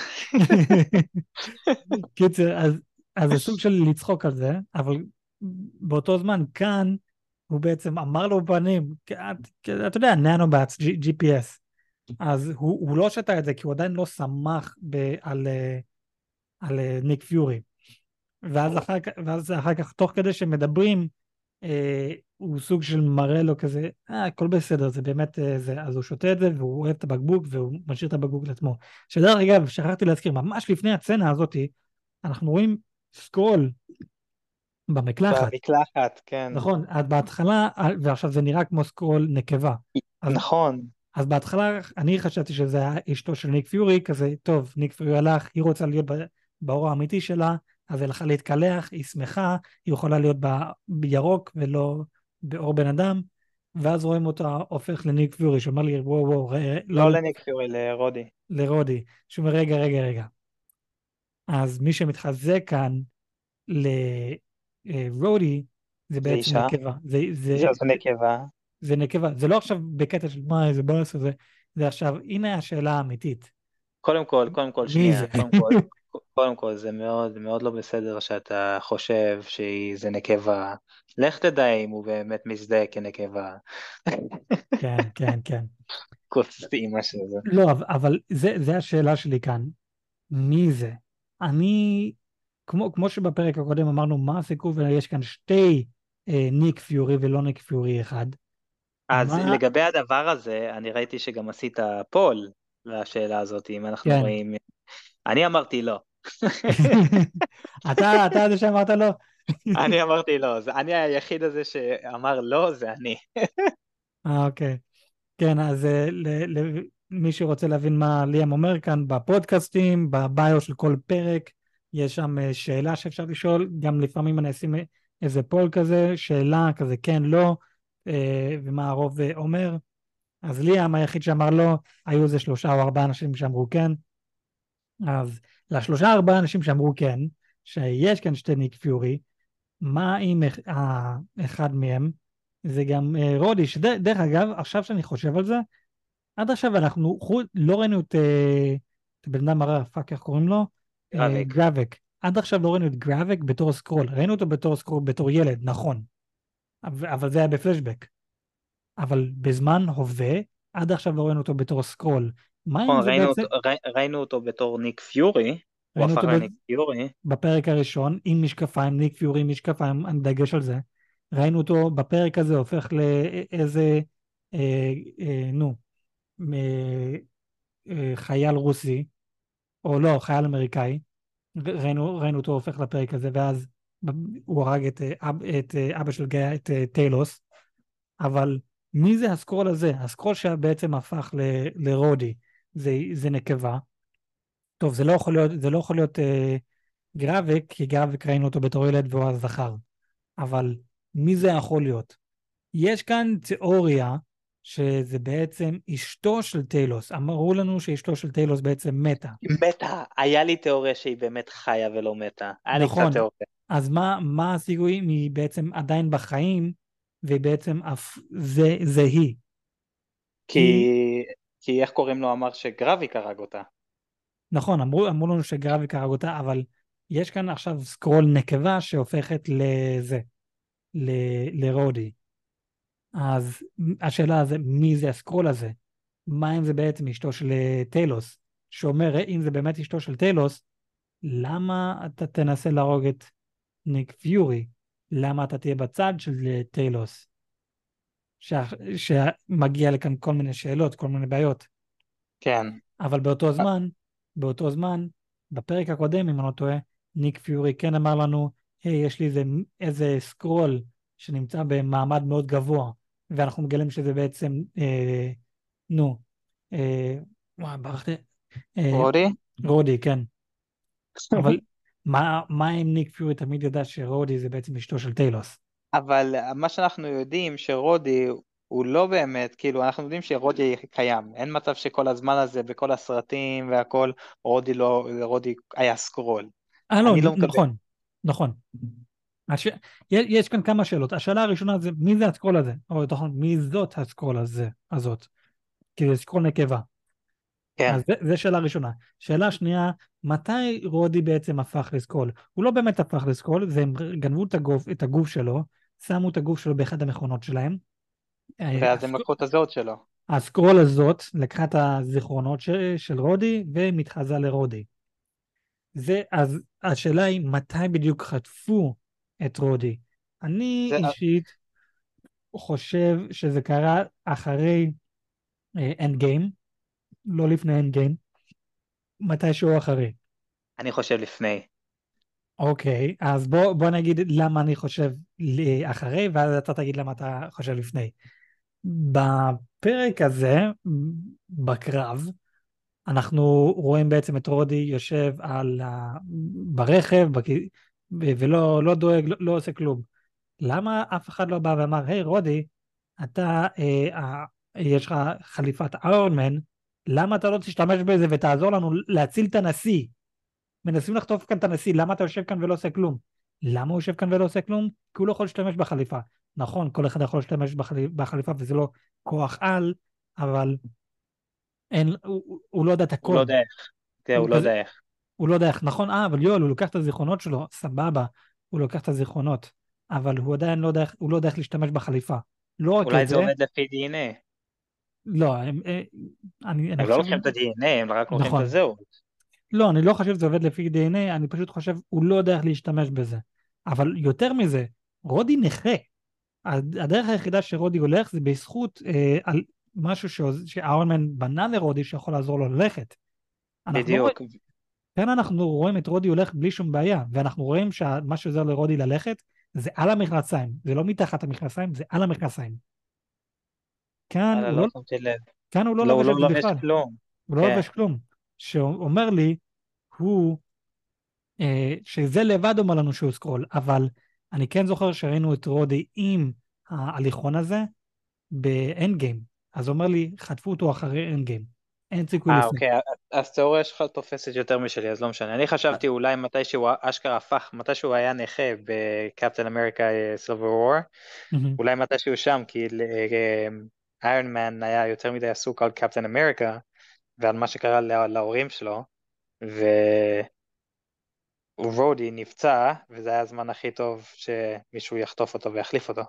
קיצר, אז זה סוג של לצחוק על זה, אבל באותו זמן כאן, הוא בעצם אמר לו בפנים, אתה יודע, ננו-באטס, GPS. אז הוא לא שתה את זה, כי הוא עדיין לא שמח על ניק פיורי. ואז אחר כך, תוך כדי שמדברים, הוא סוג של מראה לו כזה, הכל בסדר, זה באמת זה. אז הוא שותה את זה, והוא אוהב את הבקבוק, והוא משאיר את הבקבוק לעצמו. שדרך אגב, שכחתי להזכיר, ממש לפני הצצנה הזאת, אנחנו רואים סקרול במקלחת, במקלחת, כן. נכון, אז בהתחלה, ועכשיו זה נראה כמו סקרול נקבה, אז, נכון. אז בהתחלה אני חשבתי שזה אשתו של ניק פיורי, כזה, טוב, ניק פיורי הלך, היא רוצה להיות באור האמיתי שלה, אז היא הלכה להתקלח, היא שמחה, היא יכולה להיות בירוק ולא באור בן אדם, ואז רואים אותה הופך לניק פיורי, שאומר לי, וואו, וואו, לא לא לניק פיורי, לרודי. לרודי, שאומר, רגע, רגע, רגע. אז מי שמתחזק כאן לרודי, זה זה בעצם אישה. נקבה. אישה זה נקבה. זה נקבה. זה לא עכשיו בקטע של מה, איזה באס הזה. זה עכשיו, הנה השאלה האמיתית. קודם כל, מי זה? שנייה, קודם כל, זה מאוד מאוד לא בסדר שאתה חושב שזה נקבה. לך תדע אם הוא באמת מזדהה כנקבה. כן, כן, כן. כוס אימא של זה. לא, אבל זה השאלה שלי כאן. מי זה? אני, כמו שבפרק הקודם אמרנו, מה הסיכוי, ויש כאן שתי ניק פיורי ולא ניק פיורי אחד. אז מה, לגבי הדבר הזה, אני ראיתי שגם עשית פול לשאלה הזאת, אם אנחנו כן. רואים... אני אמרתי לא. אתה זה שאמרת לו? אני אמרתי לא, אני היחיד הזה שאמר לא, זה אני. אוקיי. כן, אז מי שרוצה להבין מה ליאם אומר כאן בפודקאסטים, בביו של כל פרק, יש שם שאלה שאפשר לשאול, גם לפעמים אני אשים איזה פול כזה, שאלה כזה כן, לא, ומה הרוב אומר. אז ליאם היחיד שאמר לא, היו איזה 3 או 4 אנשים שאמרו כן. אז ל3 4 אנשים שאמרו כן, שיש כאן שתי ניק פיורי, מה אם אחד מהם זה גם רודי, שדרך אגב, עכשיו שאני חושב על זה, עד עכשיו אנחנו לא ראינו את הבן אדם הרע, פאק, איך קוראים לו? גרביק. גרביק. עד עכשיו לא ראינו את גרביק בתור סקרול. ראינו אותו בתור סקרול, בתור ילד, נכון. אבל זה היה בפלשבק. אבל בזמן הווה, עד עכשיו לא ראינו אותו בתור סקרול. מה אם נכון, זה בעצם... ראינו אותו בתור ניק פיורי, הוא ראינו הפך אותו לניק פיורי. בפרק הראשון, עם משקפיים, ניק פיורי עם משקפיים, אני דגש על זה. ראינו אותו בפרק הזה, הופך לאיזה, נו, חייל רוסי, או לא, חייל אמריקאי, ראינו אותו הופך לפרק הזה, ואז הוא הרג את אבא של גיא, את טיילוס, אבל מי זה הסקרול הזה? הסקרול שבעצם הפך לרודי, זה נקבה. טוב, זה לא יכול להיות גרביק, כי גרביק ראינו אותו בתור ילד והוא הזכר, אבל מי זה יכול להיות? יש כאן תיאוריה שזה בעצם אשתו של טיילוס. אמרו לנו שאשתו של טיילוס בעצם מתה. היא מתה, היה לי תיאוריה שהיא באמת חיה ולא מתה, היה לי קצת נכון. תיאוריה. אז מה הסיכוי אם היא בעצם עדיין בחיים, והיא בעצם אף זה היא? כי, כי, כי איך קוראים לו אמר שגרביק הרג אותה. נכון, אמרו לנו שגרביק הרג אותה, אבל יש כאן עכשיו סקרול נקבה שהופכת לרודי. אז השאלה זה, מי זה הסקרול הזה? מה אם זה בעצם אשתו של טיילוס? שאומר, אם זה באמת אשתו של טיילוס, למה אתה תנסה להרוג את ניק פיורי? למה אתה תהיה בצד של טיילוס? שמגיע לכאן כל מיני שאלות, כל מיני בעיות. כן. אבל באותו זמן, בפרק הקודם, אם אני לא טועה, ניק פיורי כן אמר לנו, היי, יש לי איזה סקרול שנמצא במעמד מאוד גבוה, ואנחנו מגלים שזה בעצם, נו, אה, וואי, ברחתי, אה, רודי? רודי, כן. אבל מה אם ניק פיורי תמיד ידע שרודי זה בעצם אשתו של טיילוס? אבל מה שאנחנו יודעים שרודי הוא לא באמת, כאילו אנחנו יודעים שרודי קיים, אין מצב שכל הזמן הזה בכל הסרטים והכל רודי היה סקרול. לא, אני לא מקבל. נכון, נכון. יש כאן כמה שאלות. השאלה הראשונה זה, מי זה הסקרול הזה? או נכון, מי זאת הסקרול הזאת? כי זה סקרול נקבה. אז כן. זה שאלה ראשונה. שאלה שנייה, מתי רודי בעצם הפך לסקרול? הוא לא באמת הפך לסקרול, זה הם גנבו את הגוף שלו, שמו את הגוף שלו באחד המכונות שלהם. ואז הם לקחו את הזהות שלו. הסקרול הזאת לקחה את הזיכרונות של רודי ומתחזה לרודי. אז השאלה היא, מתי בדיוק חטפו את רודי? אני זה, אישית חושב שזה קרה אחרי אנד גיים, לא לפני אנד גיים, מתישהו אחרי. אני חושב לפני. אוקיי, אז בוא נגיד למה אני חושב אחרי, ואז אתה תגיד למה אתה חושב לפני. בפרק הזה, בקרב, אנחנו רואים בעצם את רודי יושב ברכב, ולא לא דואג, לא עושה כלום. למה אף אחד לא בא ואמר, היי רודי, אתה, יש לך חליפת איירון מן, למה אתה לא תשתמש בזה ותעזור לנו להציל את הנשיא? מנסים לחטוף כאן את הנשיא, למה אתה יושב כאן ולא עושה כלום? למה הוא יושב כאן ולא עושה כלום? כי הוא לא יכול להשתמש בחליפה. נכון, כל אחד יכול להשתמש בחליפה וזה לא כוח על, אבל הוא לא יודע את הוא לא הקוד. יודע איך. תראה, הוא הוא לא כזה, יודע איך. הוא לא יודע איך, נכון, אבל יואל, הוא לוקח את הזיכרונות שלו, סבבה, הוא לוקח את הזיכרונות, אבל הוא עדיין לא יודע, הוא לא יודע איך להשתמש בחליפה. לא רק אולי את זה זה, עובד לפי DNA. לא, אני הם לא חושב, לוקחים את ה-DNA, הם רק לוקחים את נכון, הזהות. לא, אני לא חושב שזה עובד לפי DNA, אני פשוט חושב, הוא לא יודע איך להשתמש בזה. אבל יותר מזה, רודי נכה. הדרך היחידה שרודי הולך זה בזכות על משהו שאיירון בנה לרודי שיכול לעזור לו ללכת. אנחנו לא רואים, בדיוק. כאן אנחנו רואים את רודי הולך בלי שום בעיה, ואנחנו רואים שמה שעוזר לרודי ללכת זה על המכנסיים, זה לא מתחת המכנסיים, זה על המכנסיים. כאן וואלה, הוא לא לא, שמתי לב. כאן הוא לא לא, הוא לובש לא את זה לובש בכלל, כלום. הוא לא כן. לובש כלום. שאומר לי, הוא שזה לבד אומר לנו שהוא סקרול, אבל אני כן זוכר שראינו את רודי עם ההליכון הזה באנד גיים, אז הוא אומר לי, חטפו אותו אחרי אנד גיים, אין סיכוי לפני. אוקיי, אז התיאוריה שלך תופסת יותר משלי, אז לא משנה. אני חשבתי אולי מתי שהוא אשכרה הפך, מתי שהוא היה נכה בקפטן אמריקה סילבר וור, מהמם. אולי מתי שהוא שם, כי איירון מן היה יותר מדי עסוק על קפטן אמריקה, ועל מה שקרה להורים שלו, ורודי נפצע, וזה היה הזמן הכי טוב שמישהו יחטוף אותו ויחליף אותו.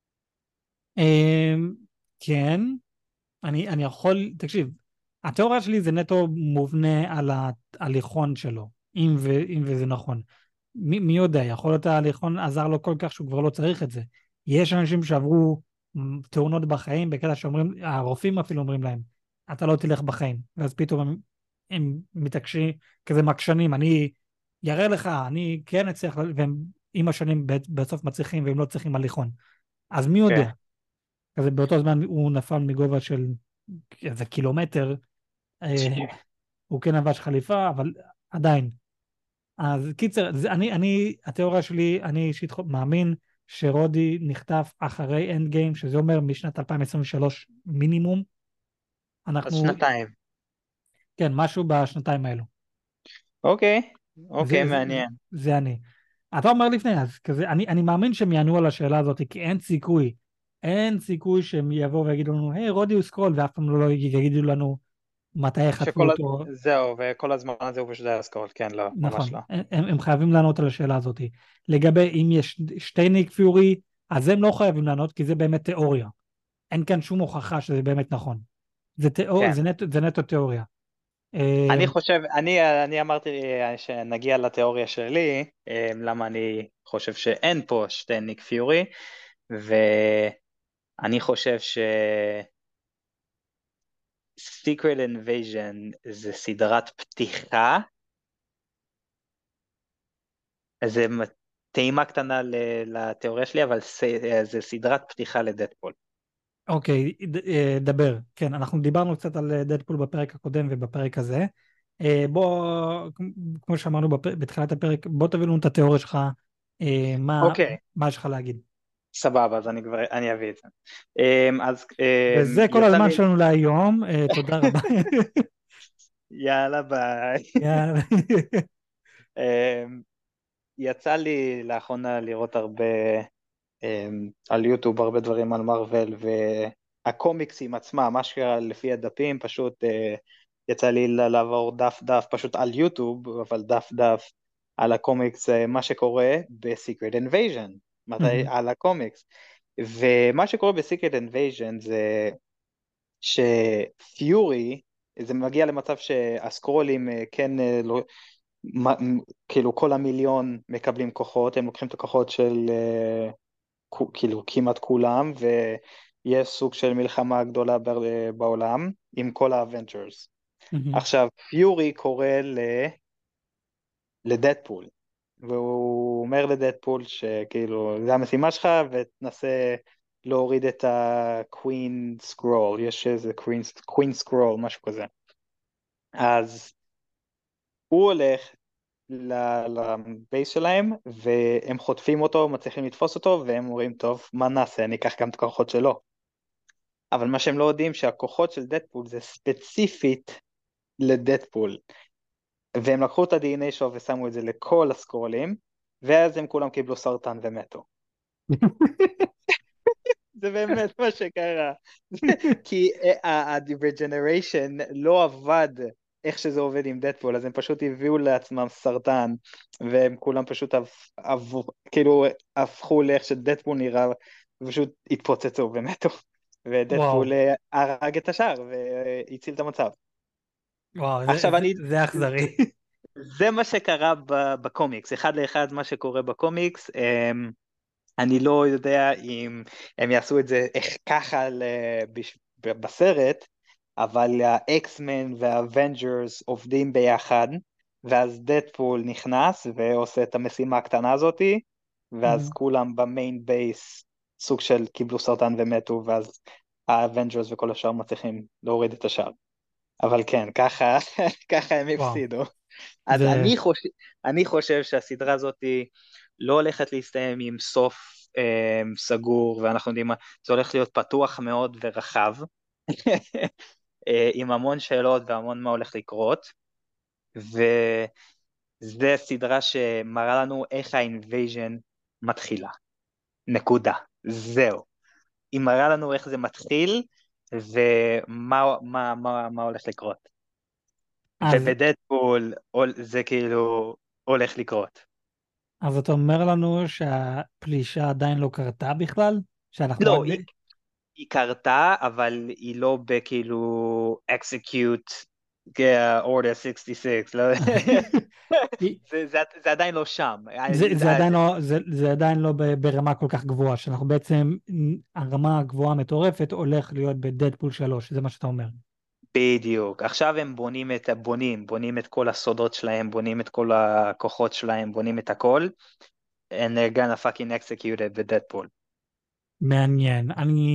אמ, כן, אני יכול, תקשיב, התיאוריה שלי זה נטו מובנה על ההליכון שלו, אם וזה נכון. מי יודע, יכול להיות ההליכון עזר לו כל כך שהוא כבר לא צריך את זה. יש אנשים שעברו תאונות בחיים, בקטע שאומרים, הרופאים אפילו אומרים להם, אתה לא תלך בחיים, ואז פתאום הם מתעקשים, כזה מקשנים, אני יראה לך, אני כן אצליח, והם עם השנים בסוף מצליחים והם לא צריכים הליכון. אז מי כן. יודע? כזה באותו זמן הוא נפל מגובה של איזה קילומטר, אה, הוא כן לבש חליפה, אבל עדיין. אז קיצר, התיאוריה שלי, אני אישית מאמין שרודי נחטף אחרי אנד גיים, שזה אומר משנת 2023 מינימום. אז אנחנו, שנתיים. כן, משהו בשנתיים האלו. אוקיי, אוקיי, זה מעניין. זה אני. אתה אומר לפני, אז כזה, אני מאמין שהם יענו על השאלה הזאת, כי אין סיכוי שהם יבואו ויגידו לנו, היי, רודי הוא סקרול, ואף פעם לא יגידו לנו מתי חטפו אותו. זהו, וכל הזמן הזה הוא פשוט היה סקרול, כן, לא, ממש נכון, לא. הם חייבים לענות על השאלה הזאת. לגבי אם יש שתי ניק פיורי, אז הם לא חייבים לענות, כי זה באמת תיאוריה. אין כאן שום הוכחה שזה באמת נכון. כן. זה נטו תיאוריה. אה, אני חושב, אני אמרתי שנגיע לתיאוריה שלי, למה אני חושב שאין פה שתי ניק פיורי, ואני חושב ש... Secret Invasion זה סדרת פתיחה, זה טעימה קטנה לתיאוריה שלי, אבל זה סדרת פתיחה לדדפול. אוקיי, דבר. כן, אנחנו דיברנו קצת על דדפול בפרק הקודם ובפרק הזה. בוא, כמו שאמרנו בתחילת הפרק, בוא תביא לנו את התיאוריה שלך, אוקיי, מה יש לך להגיד. סבבה, אז אני אביא את זה. אז וזה כל יצא הזמן לי, שלנו להיום, תודה רבה. יאללה ביי. יאללה. יצא לי לאחרונה לראות הרבה על יוטיוב, הרבה דברים על מארוול, והקומיקסים עצמם, מה שקרה לפי הדפים, פשוט יצא לי לעבור דף דף פשוט על יוטיוב, אבל דף דף על הקומיקס, מה שקורה ב-Secret Invasion, מתי מהמם, על הקומיקס. ומה שקורה ב-Secret Invasion זה שפיורי, זה מגיע למצב שהסקרולים כן לא, כאילו כל המיליון מקבלים כוחות, הם לוקחים את הכוחות של כאילו כמעט כולם, ויש סוג של מלחמה גדולה בעולם עם כל האבנג'רס. מהמם, עכשיו, פיורי קורא לדדפול, והוא אומר לדדפול שכאילו, זה המשימה שלך, ותנסה להוריד את הקווין סקרול, יש איזה קווין סקרול, משהו כזה. אז הוא הולך לבייס שלהם, והם חוטפים אותו, מצליחים לתפוס אותו, והם אומרים, טוב, מה נעשה? ניקח גם את הכוחות שלו. אבל מה שהם לא יודעים, שהכוחות של דדפול זה ספציפית לדדפול. והם לקחו את ה-DNA שלו ושמו את זה לכל הסקרולים, ואז הם כולם קיבלו סרטן ומתו. זה באמת מה שקרה. כי ה-regeneration לא עבד איך שזה עובד עם דדפול, אז הם פשוט הביאו לעצמם סרטן, והם כולם פשוט כאילו הפכו לאיך שדדפול נראה, ופשוט התפוצצו ומתו. ודדפול וואו, הרג את השאר והציל את המצב. וואו, עכשיו זה אכזרי. זה מה שקרה בקומיקס, אחד לאחד מה שקורה בקומיקס. אני לא יודע אם הם יעשו את זה איך ככה בסרט, אבל האקסמן והאבנג'רס עובדים ביחד, ואז דדפול נכנס ועושה את המשימה הקטנה הזאתי, ואז כולם במיין בייס סוג של קיבלו סרטן ומתו, ואז האבנג'רס וכל השאר מצליחים להוריד את השאר. אבל כן, ככה, ככה הם וואו, הפסידו. אז זה... אני חושב שהסדרה הזאת לא הולכת להסתיים עם סוף סגור, ואנחנו יודעים מה, זה הולך להיות פתוח מאוד ורחב, עם המון שאלות והמון מה הולך לקרות, וזה סדרה שמראה לנו איך האינבייז'ן מתחילה. נקודה. זהו. היא מראה לנו איך זה מתחיל, ומה הולך לקרות. אז, ובדדפול זה כאילו הולך לקרות. אז אתה אומר לנו שהפלישה עדיין לא קרתה בכלל? שאנחנו רק... לא, היא קרתה, אבל היא לא בכאילו execute order 66, לא? זה עדיין לא שם. זה עדיין לא ברמה כל כך גבוהה, שאנחנו בעצם, הרמה הגבוהה המטורפת הולך להיות בדדפול 3, זה מה שאתה אומר. בדיוק. עכשיו הם בונים את כל הסודות שלהם, בונים את כל הכוחות שלהם, בונים את הכל, and they're gonna fucking execute it בדדפול. מעניין.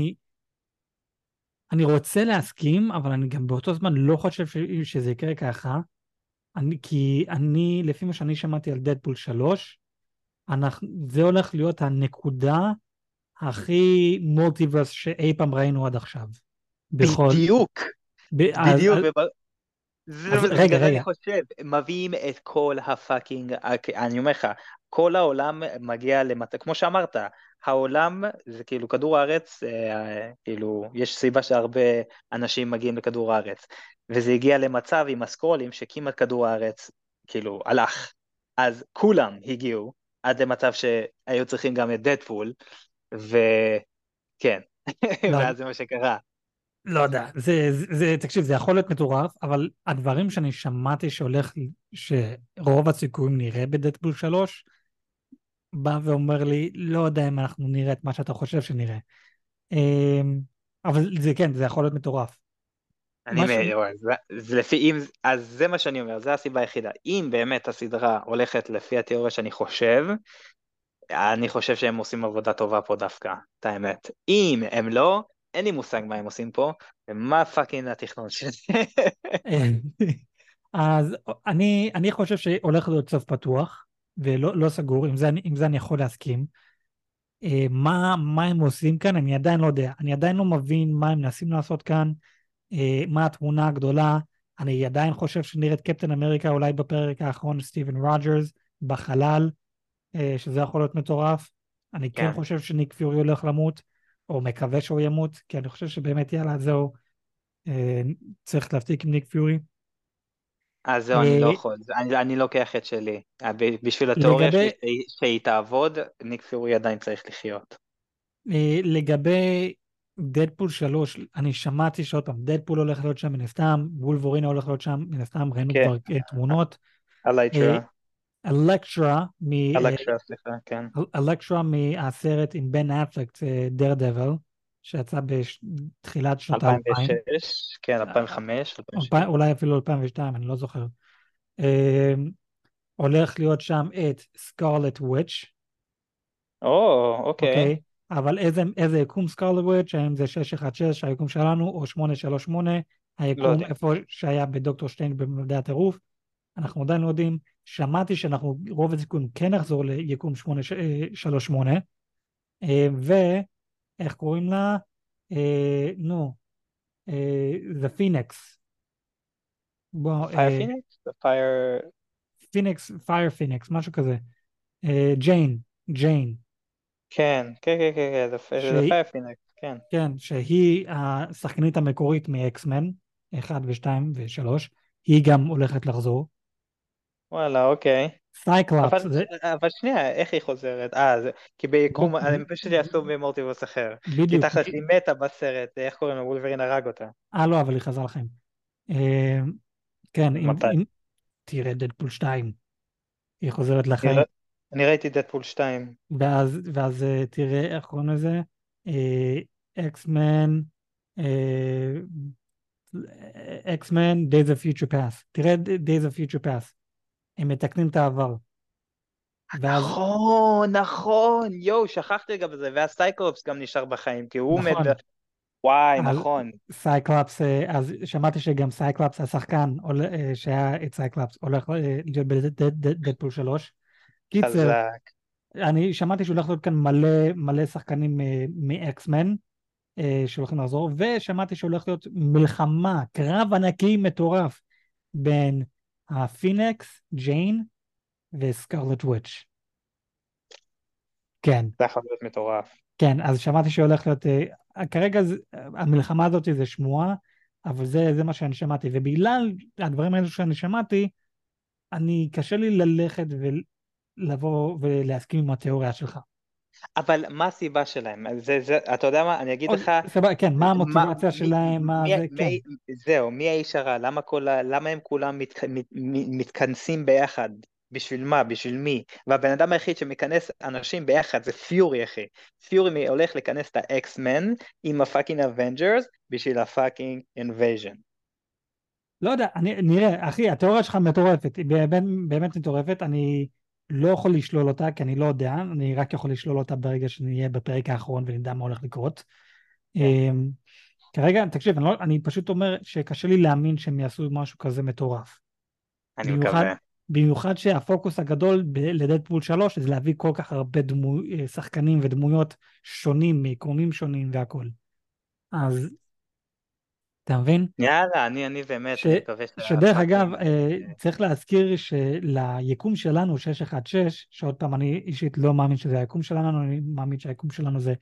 אני רוצה להסכים, אבל אני גם באותו זמן לא חושב שזה יקרה ככה, כי לפי מה שאני שמעתי על דדפול 3, זה הולך להיות הנקודה הכי מולטיברס שאי פעם ראינו עד עכשיו. בדיוק, בדיוק. רגע, בגלל זה אני רגע. חושב, מביאים את כל הפאקינג, אני אומר לך, כל העולם מגיע כמו שאמרת, העולם זה כאילו כדור הארץ, כאילו יש סיבה שהרבה אנשים מגיעים לכדור הארץ, וזה הגיע למצב עם הסקרולים שכמעט כדור הארץ כאילו הלך, אז כולם הגיעו עד למצב שהיו צריכים גם את דדפול, וכן, לא, ואז זה מה שקרה. לא יודע, תקשיב, זה יכול להיות מטורף, אבל הדברים שאני שמעתי שרוב הסיכויים נראה בדדפול 3, בא ואומר לי, לא יודע אם אנחנו נראה את מה שאתה חושב שנראה. אבל זה כן, זה יכול להיות מטורף. אני זה לפי אם אז זה מה שאני אומר, זה הסיבה היחידה. אם באמת הסדרה הולכת לפי התיאוריה שאני חושב, אני חושב שהם עושים עבודה טובה פה דווקא, את האמת. אם הם לא, אין לי מושג מה הם עושים פה, ומה פאקינג התכנון של זה. אז אני חושב שהולך להיות סוף פתוח, ולא לא סגור, עם זה אני יכול להסכים. מה הם עושים כאן, אני עדיין לא יודע. אני עדיין לא מבין מה הם מנסים לעשות כאן, מה התמונה הגדולה. אני עדיין חושב שנראה את קפטן אמריקה אולי בפרק האחרון, סטיבן רוג'רס, בחלל, שזה יכול להיות מטורף. אני כן כן, חושב שניק פיורי הולך למות, או מקווה שהוא ימות, כי אני חושב שבאמת יאללה, זהו, צריך להפסיק עם ניק פיורי. אז זהו, אני לא אה, יכול, אני לוקח את שלי. בשביל התיאוריה שלי לגבי, שהיא תעבוד, ניק פיורי עדיין צריך לחיות. לגבי דדפול 3, אני שמעתי שעוד פעם, דדפול הולך להיות שם מן הסתם, וולבורינה הולך להיות שם מן הסתם, ראינו כן, כבר תמונות. אלקטרה, אלקטרה, אלקטרה, סליחה, כן. אלקטרה מהסרט עם בן אפלק, דר דבל, שיצא בתחילת שנות האלפיים, 2006, כן, 2005, 2006. אולי אפילו 2002, אני לא זוכר. אה, הולך להיות שם את סקרלט וויץ', אוקיי. אוקיי? אבל איזה יקום סקרלט וויץ', האם זה 616 היקום שלנו, או 838 לא היקום יודע. איפה שהיה בדוקטור שטיין במדעי הטירוף, אנחנו עדיין לא יודעים. שמעתי שאנחנו רוב הסיכויים כן נחזור ליקום 838, ואיך קוראים לה? נו, The Phoenix. בוא, Fire Phoenix? The Fire... פיניקס, פייר פיניקס, משהו כזה. ג'יין, ג'יין, כן, כן, כן, כן, כן, The Fire Phoenix, כן. כן, שהיא השחקנית המקורית מאקסמן, 1 ו-2 ו-3, היא גם הולכת לחזור. וואלה, אוקיי. סייקלאפס, אבל, זה אבל שנייה, איך היא חוזרת? כי ביקום, הם פשוט יעשו במולטיברס אחר. כי בדיוק, תכלס היא מתה בסרט, איך קוראים לו? וולברין הרג אותה. לא, אבל היא חזרה לחיים. אה, כן, מתי? אם תראה דדפול 2, היא חוזרת אני, לחיים. אני ראיתי דדפול 2. ואז תראה, איך קוראים לזה? אקסמן, אקסמן, Days of Future Past. תראה Days of Future Past. הם מתקנים את העבר. ואז, נכון, נכון, יואו, שכחתי לגבי זה, והסייקלופס גם נשאר בחיים, כי הוא מת נכון, וואי, אז נכון. סייקלאפס, אז שמעתי שגם סייקלאפס, השחקן שהיה את סייקלאפס, הולך להיות בדדפול 3. קיצר, חזק. אני שמעתי שהולך להיות כאן מלא מלא שחקנים מאקסמן שהולכים לחזור, ושמעתי שהולך להיות מלחמה, קרב ענקי מטורף בין הפינקס, ג'יין וסקרלט וויץ'. כן, זה יכול להיות מטורף. כן, אז שמעתי שהולך להיות, כרגע המלחמה הזאת זה שמועה, אבל זה מה שאני שמעתי, ובגלל הדברים האלו שאני שמעתי, קשה לי ללכת ולבוא ולהסכים עם התיאוריה שלך. אבל מה הסיבה שלהם? אתה יודע מה, אני אגיד לך, סבבה, כן, מה מה, המוטיבציה שלהם, מה זה, כן. זהו, מי האיש הרע? למה הם כולם מתכנסים ביחד? בשביל מה? בשביל מי? והבן אדם היחיד שמכנס אנשים ביחד זה פיורי, אחי. פיורי הולך לכנס את האקס-מן עם הפאקינג אבנג'רס בשביל הפאקינג אינבייז'ן. לא יודע, נראה, אחי, התיאוריה שלך מטורפת, היא באמת, באמת מטורפת, אני לא יכול לשלול אותה, כי אני לא יודע, אני רק יכול לשלול אותה ברגע שנהיה בפרק האחרון ונדע מה הולך לקרות. כן, אמ, כרגע, תקשיב, אני פשוט אומר שקשה לי להאמין שהם יעשו משהו כזה מטורף. אני במיוחד, מקווה. במיוחד שהפוקוס הגדול לדדפול 3 זה להביא כל כך הרבה שחקנים ודמויות שונים, מעקרומים שונים והכל. אז, אתה מבין? יאללה, אני באמת, אני מקווה שדרך אגב, שהפאקינג... צריך להזכיר שליקום שלנו 616, שעוד פעם אני אישית לא מאמין שזה היקום שלנו, אני מאמין שהיקום שלנו זה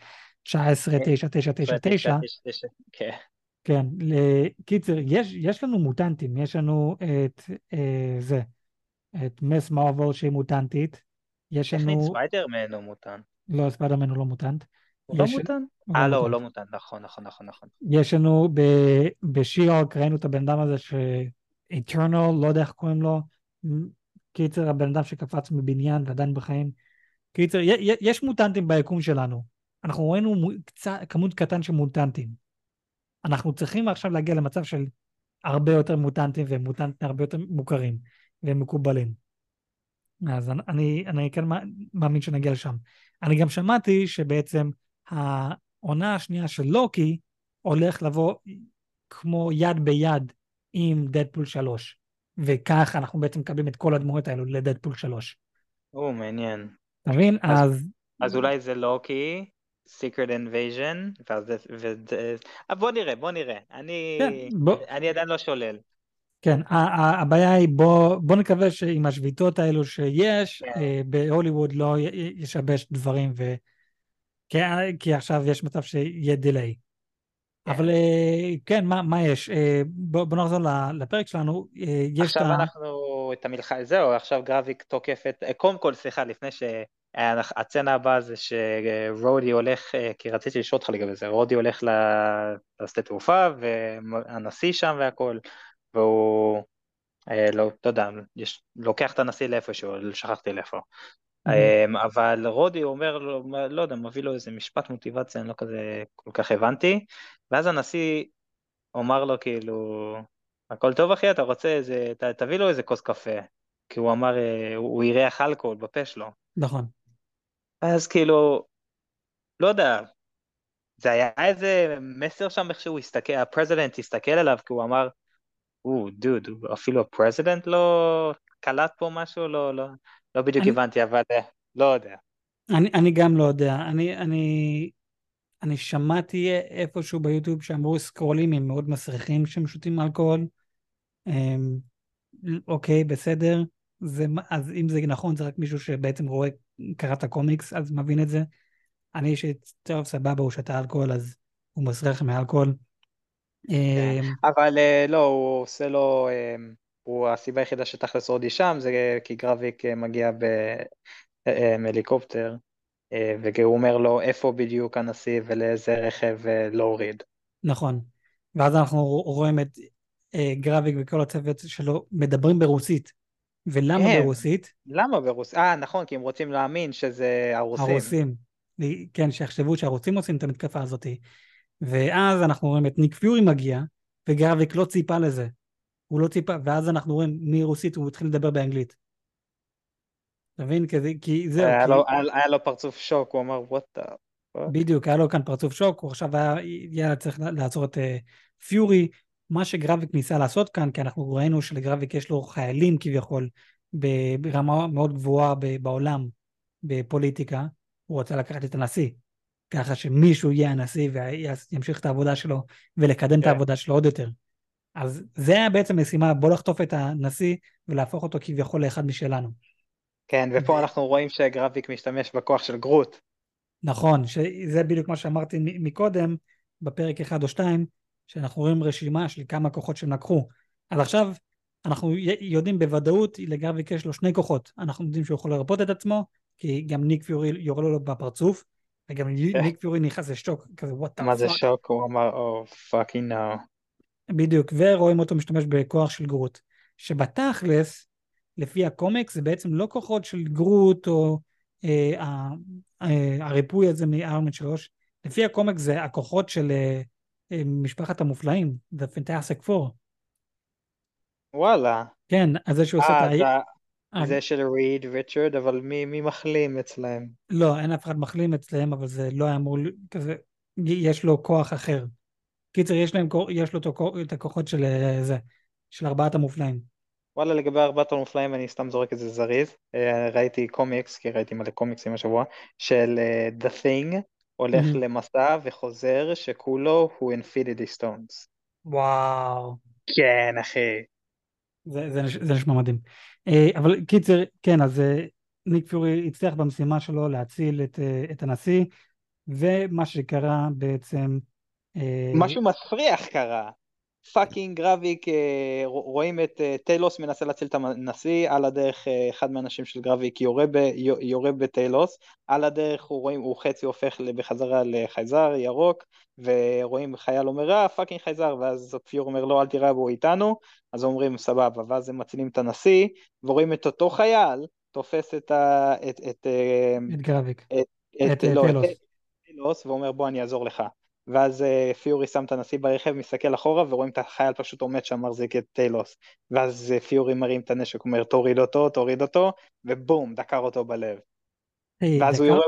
199999, כן. כן, קיצר, יש לנו מוטנטים, יש לנו את זה, את מס מרוויל שהיא מוטנטית, יש טכנית לנו, ספיידרמן הוא מוטנט. לא, ספיידרמן הוא לא מוטנט, הוא לא יש, מוטנט? הוא לא לא, הוא מוטנט, לא מוטנט, נכון, נכון, נכון, נכון. יש לנו בשיארק ראינו את הבן אדם הזה ש-Eternal, לא יודע איך קוראים לו, קיצר הבן אדם שקפץ מבניין ועדיין בחיים, קיצר יש מוטנטים ביקום שלנו, אנחנו ראינו כמות קטן של מוטנטים, אנחנו צריכים עכשיו להגיע למצב של הרבה יותר מוטנטים ומוטנטים הרבה יותר מוכרים ומקובלים. אז אני כן מאמין שנגיע לשם. אני גם שמעתי שבעצם העונה השנייה של לוקי הולך לבוא כמו יד ביד עם דדפול 3, וכך אנחנו בעצם מקבלים את כל הדמויות האלו לדדפול 3. מעניין. אתה מבין? אז, אז אז אולי זה לוקי, Secret Invasion, בוא נראה, בוא נראה. כן, אני עדיין לא שולל. כן, הבעיה היא בוא נקווה שעם השביתות האלו שיש כן, בהוליווד לא ישבש דברים, כי, כי עכשיו יש מצב שיהיה דיליי. כן. אבל כן, מה יש? בוא נחזור לפרק שלנו. יש את עכשיו ה... אנחנו, את המלחמה, זהו, עכשיו גרביק תוקף את, קודם כל, סליחה, לפני שהצצנה הבאה זה שרודי הולך, כי רציתי לשאול אותך לגבי זה, רודי הולך לשדה תעופה, והנשיא שם והכל, והוא, לא יודע, לוקח את הנשיא לאיפשהו, שכחתי לאיפה. מהמם. אבל רודי אומר לו, לא יודע, מביא לו איזה משפט מוטיבציה, אני לא כזה כל כך הבנתי, ואז הנשיא אומר לו כאילו, הכל טוב אחי, אתה רוצה איזה, תביא לו איזה כוס קפה, כי הוא אמר, הוא אירח אלכוהול בפה שלו. נכון. אז כאילו, לא יודע, זה היה איזה מסר שם איך שהוא הסתכל, הפרזידנט הסתכל עליו, כי הוא אמר, דוד, אפילו הפרזידנט לא קלט פה משהו, לא בדיוק אני, הבנתי, אבל לא יודע. אני גם לא יודע. אני שמעתי איפשהו ביוטיוב שאמרו סקרולים הם מאוד מסריחים שהם שותים אלכוהול. אמ, אוקיי, בסדר. אז אם זה נכון, זה רק מישהו שבעצם רואה, קרא את הקומיקס, אז מבין את זה. אני טוב, סבבה, הוא שתה אלכוהול, אז הוא מסריח מאלכוהול. כן, אמ, אבל לא, הוא עושה לו, הסיבה היחידה שתכלס רודי שם, זה כי גרביק מגיע בהליקופטר, והוא אומר לו איפה בדיוק הנשיא ולאיזה רכב להוריד. נכון. ואז אנחנו רואים את גרביק וכל הצוות שלו מדברים ברוסית. ולמה כן, ברוסית? למה ברוסיה? נכון, כי הם רוצים להאמין שזה הרוסים. הרוסים. כן, שיחשבו שהרוסים עושים את המתקפה הזאת. ואז אנחנו רואים את ניק פיורי מגיע, וגרביק לא ציפה לזה. הוא לא ציפה, ואז אנחנו רואים מרוסית הוא התחיל לדבר באנגלית. אתה מבין? כי זהו, היה לו פרצוף שוק, הוא אמר, what the fuck? בדיוק, היה לו כאן פרצוף שוק, הוא עכשיו היה צריך לעצור את פיורי. מה שגרביק ניסה לעשות כאן, כי אנחנו ראינו שלגרביק יש לו חיילים כביכול ברמה מאוד גבוהה בעולם, בפוליטיקה, הוא רוצה לקחת את הנשיא, ככה שמישהו יהיה הנשיא וימשיך את העבודה שלו ולקדם את כן, העבודה שלו עוד יותר. אז זה היה בעצם משימה, בוא לחטוף את הנשיא ולהפוך אותו כביכול לאחד משלנו. כן, ופה אנחנו רואים שגרביק משתמש בכוח של גרוט. נכון, שזה בדיוק מה שאמרתי מקודם, בפרק 1 או 2, שאנחנו רואים רשימה של כמה כוחות שהם לקחו. אז עכשיו אנחנו יודעים בוודאות, לגרביק יש לו שני כוחות. אנחנו יודעים שהוא יכול לרפות את עצמו, כי גם ניק פיורי יורה לו בפרצוף, וגם ניק פיורי נכנס לשוק, כזה what מה the זה fuck. שוק? הוא אמר, oh fucking no. בדיוק, ורואים אותו משתמש בכוח של גרוט. שבתכלס, לפי הקומיקס, זה בעצם לא כוחות של גרוט או הריפוי הזה מארמן 3. לפי הקומיקס זה הכוחות של משפחת המופלאים, The Fantastic Four. וואלה. כן, אז זה שהוא עושה את ה... זה של ריד, ריצ'רד, אבל מי מחלים אצלהם? לא, אין אף אחד מחלים אצלם, אבל זה לא היה אמור, כזה, יש לו כוח אחר. קיצר, יש לו את הכוחות של זה, של ארבעת המופלאים. וואלה, לגבי ארבעת המופלאים אני סתם זורק את זה זריז. ראיתי קומיקס, כי ראיתי מלא קומיקסים השבוע, של The Thing הולך מהמם. למסע וחוזר שכולו הוא Infinity Stones. וואו. כן, אחי. זה נשמע מדהים. אבל קיצר, כן, אז ניק פיורי הצליח במשימה שלו להציל את הנשיא, ומה שקרה בעצם, אה, משהו מסריח קרה. פאקינג גרביק, רואים את טיילוס מנסה להציל את הנשיא, על הדרך אחד מהאנשים של גרביק יורה בטיילוס, על הדרך הוא חצי הופך בחזרה לחייזר ירוק, ורואים חייל אומר, פאקינג חייזר, ואז פיור אומר לו, אל תיראה בו איתנו, אז אומרים סבבה, ואז הם מצילים את הנשיא, ורואים את אותו חייל, תופס את גרביק, את, לא, את טלוס. טילוס ואומר בוא אני אעזור לך. ואז פיורי שם את הנשיא ברכב, מסתכל אחורה ורואים את החייל פשוט עומד שם מחזיק את טיילוס. ואז פיורי מרים את הנשק, אומר תוריד אותו, ובום, דקר אותו בלב. היי, ואז הוא יורה,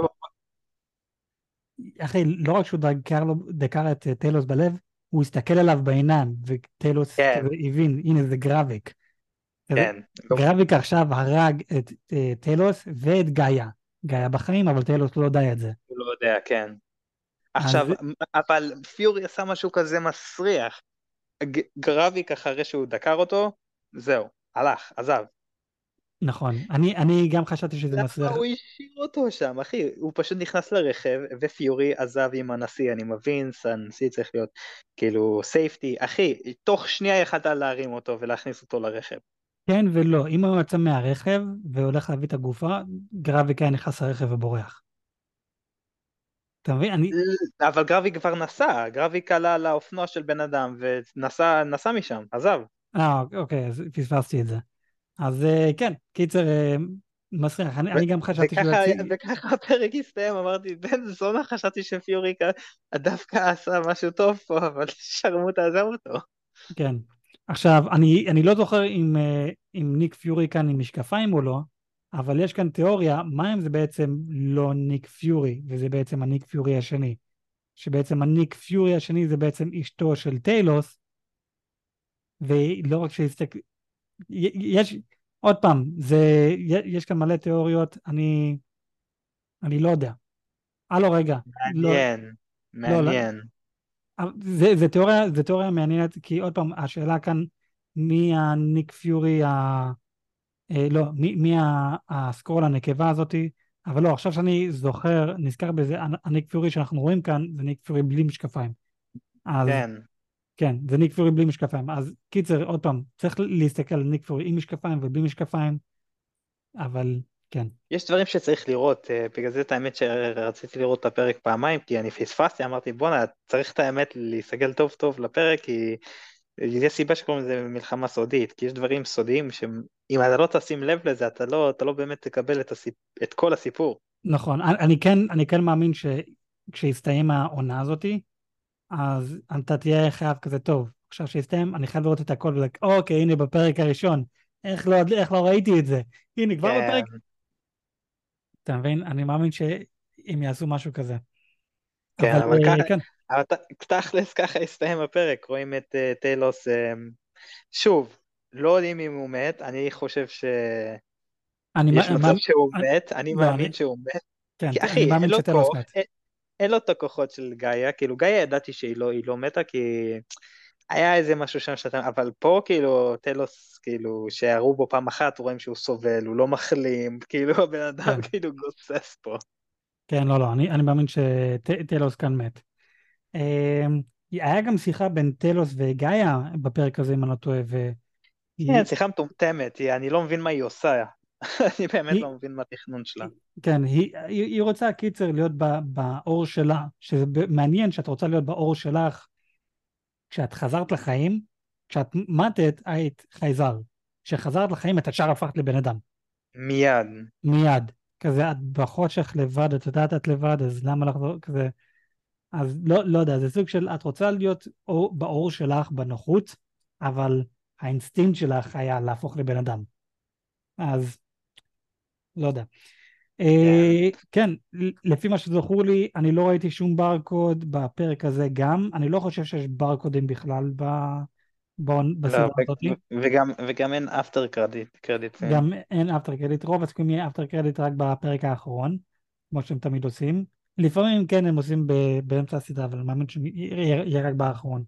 אחי, לא רק שהוא דקר את טלוס בלב, הוא הסתכל עליו בעיניים, וטלוס כן, כזה הבין, הנה זה גרביק. כזה, כן, גרביק עכשיו הרג את טלוס ואת גאיה. גאיה בחיים, אבל טלוס לא יודע את זה. הוא לא יודע, כן. עכשיו, אז אבל פיורי עשה משהו כזה מסריח. גרביק אחרי שהוא דקר אותו, זהו, הלך, עזב. נכון, אני גם חשבתי שזה למה מסריח. הוא השאיר אותו שם, אחי? הוא פשוט נכנס לרכב, ופיורי עזב עם הנשיא, אני מבין, הנשיא צריך להיות כאילו סייפטי, אחי, תוך שנייה יכלת להרים אותו ולהכניס אותו לרכב. כן ולא, אם הוא יוצא מהרכב והולך להביא את הגופה, גרביק היה נכנס לרכב ובורח. אתה מבין? אבל גרביק כבר נסע, גרביק עלה לאופנוע של בן אדם ונסע משם, עזב. אוקיי, אז פספסתי את זה. אז כן, קיצר, מסריח. אני גם חשבתי שהוא וככה, יוציא, וככה הפרק הסתיים, אמרתי, בן זונה, חשבתי שפיורי דווקא עשה משהו טוב פה, אבל שרמוטה עזב אותו. כן. עכשיו, אני לא זוכר אם ניק פיורי כאן עם משקפיים או לא, אבל יש כאן תיאוריה, מה אם זה בעצם לא ניק פיורי, וזה בעצם הניק פיורי השני, שבעצם הניק פיורי השני זה בעצם אשתו של טיילוס, ולא רק שהסתכל, יש, עוד פעם, יש כאן מלא תיאוריות, אני לא יודע. הלו רגע, לא, מעניין, לא, לא, מעניין. זה תיאוריה מעניינת, כי עוד פעם, השאלה כאן, מי הניק פיורי, לא, מי הסקרול הנקבה הזאתי, אבל לא, עכשיו שאני זוכר, נזכר בזה, הניק פיורי שאנחנו רואים כאן, זה ניק פיורי בלי משקפיים. אז כן. כן, זה ניק פיורי בלי משקפיים. אז קיצר, עוד פעם, צריך להסתכל על ניק פיורי עם משקפיים ובלי משקפיים, אבל כן. יש דברים שצריך לראות, בגלל זה את האמת שרציתי לראות את הפרק פעמיים, כי אני פספסתי, אמרתי בואנה, צריך את האמת להסתכל טוב טוב לפרק, כי יש סיבה שקוראים לזה מלחמה סודית, כי יש דברים סודיים שאם אתה לא תשים לב לזה, אתה לא באמת תקבל את כל הסיפור. נכון, אני כן מאמין שכשיסתיים העונה הזאתי, אז אתה תהיה חייב כזה טוב. עכשיו שיסתיים, אני חייב לראות את הכל ולהגיד, אוקיי, הנה בפרק הראשון, איך לא ראיתי את זה? הנה, כבר בפרק, כן, אתה מבין? אני מאמין שהם יעשו משהו כזה. כן, אבל אבל כן, תכלס ככה הסתיים הפרק, רואים את טיילוס, שוב, לא יודעים אם הוא מת, אני חושב אני, יש מצב שהוא אני, מת, אני לא, אני, מאמין שהוא מת, כן, כי אני אחי, אין מאמין לו שטלוס כוח, מת. אין לו את הכוחות של גאיה, כאילו גאיה ידעתי היא לא מתה, כי היה איזה משהו שם שאתה, אבל פה כאילו טלוס, כאילו שירו בו פעם אחת, רואים שהוא סובל, הוא לא מחלים, כאילו הבן אדם כן, כאילו גוסס פה. כן, לא, אני מאמין שטלוס כאן מת. היה גם שיחה בין טלוס וגאיה בפרק הזה, אם אני לא טועה, כן, והיא, שיחה מטומטמת, אני לא מבין מה היא עושה, אני באמת היא, לא מבין מה התכנון שלה. כן, היא רוצה קיצר להיות באור שלה, שזה מעניין שאת רוצה להיות באור שלך, כשאת חזרת לחיים, כשאת מתת היית חייזר, כשחזרת לחיים את ישר הפכת לבן אדם, מיד, מיד, כזה את בחושך לבד, את יודעת את לבד, אז למה לחזור כזה, אז לא יודע, זה סוג של, את רוצה להיות באור שלך בנוחות, אבל האינסטינקט שלך היה להפוך לבן אדם, אז לא יודע. כן. כן, לפי מה שזכור לי, אני לא ראיתי שום ברקוד בפרק הזה גם, אני לא חושב שיש ברקודים בכלל לא, בסדרה הזאת, וגם אין אפטר קרדיטים. גם אין אפטר קרדיט, רוב הסיכויים יהיה אפטר קרדיט רק בפרק האחרון, כמו שהם תמיד עושים, לפעמים כן הם עושים באמצע הסדרה, אבל אני מאמין שיהיה רק באחרון.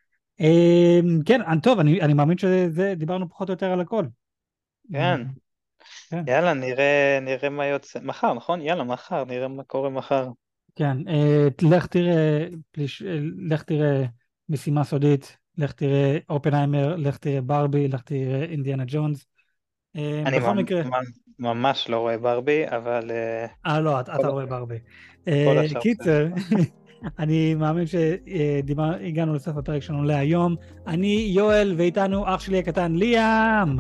כן, טוב, אני מאמין שדיברנו פחות או יותר על הכל. כן, כן. יאללה, נראה מה יוצא, מחר, נכון? יאללה, מחר, נראה מה קורה מחר. כן, לך תראה משימה סודית, לך תראה אופנהיימר, לך תראה ברבי, לך תראה אינדיאנה ג'ונס. אני בכל מקרה, ממש לא רואה ברבי, אבל לא, אתה כל רואה ברבי. כל השאר קיצר, בסדר. אני מאמין שהגענו לסוף הפרק שלנו להיום. אני יואל, ואיתנו אח שלי הקטן ליאם.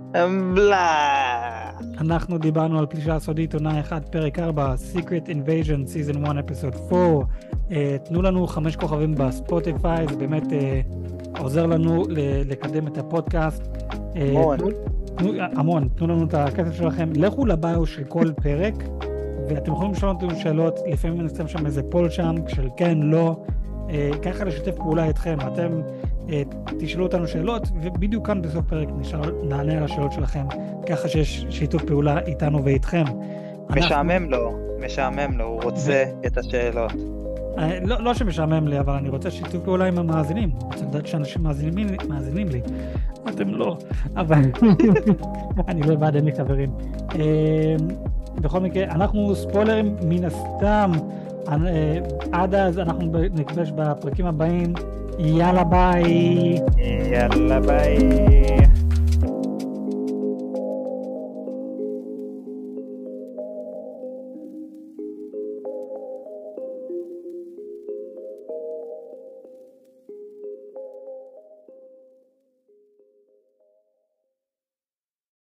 בלה. אנחנו דיברנו על פלישה סודית עונה 1 פרק 4 Secret Invasion Season 1 Episode 4. תנו לנו 5 כוכבים בספוטיפיי, זה באמת עוזר לנו לקדם את הפודקאסט. המון. המון, תנו לנו את הכסף שלכם, לכו לביו של כל פרק ואתם יכולים לשאול אותנו שאלות, לפעמים אני אשים שם איזה פול שם של כן, לא, ככה לשתף פעולה איתכם, אתם תשאלו אותנו שאלות ובדיוק כאן בסוף פרק נענה על השאלות שלכם, ככה שיש שיתוף פעולה איתנו ואיתכם. משעמם לו, הוא רוצה את השאלות. לא שמשעמם לי, אבל אני רוצה שיתוף פעולה עם המאזינים, אני רוצה לדעת שאנשים מאזינים לי, אתם לא, אבל אני לא לבד, אין לי חברים. בכל מקרה, אנחנו ספוילרים מן הסתם, עד אז אנחנו נקבש בפרקים הבאים, יאללה ביי. יאללה ביי.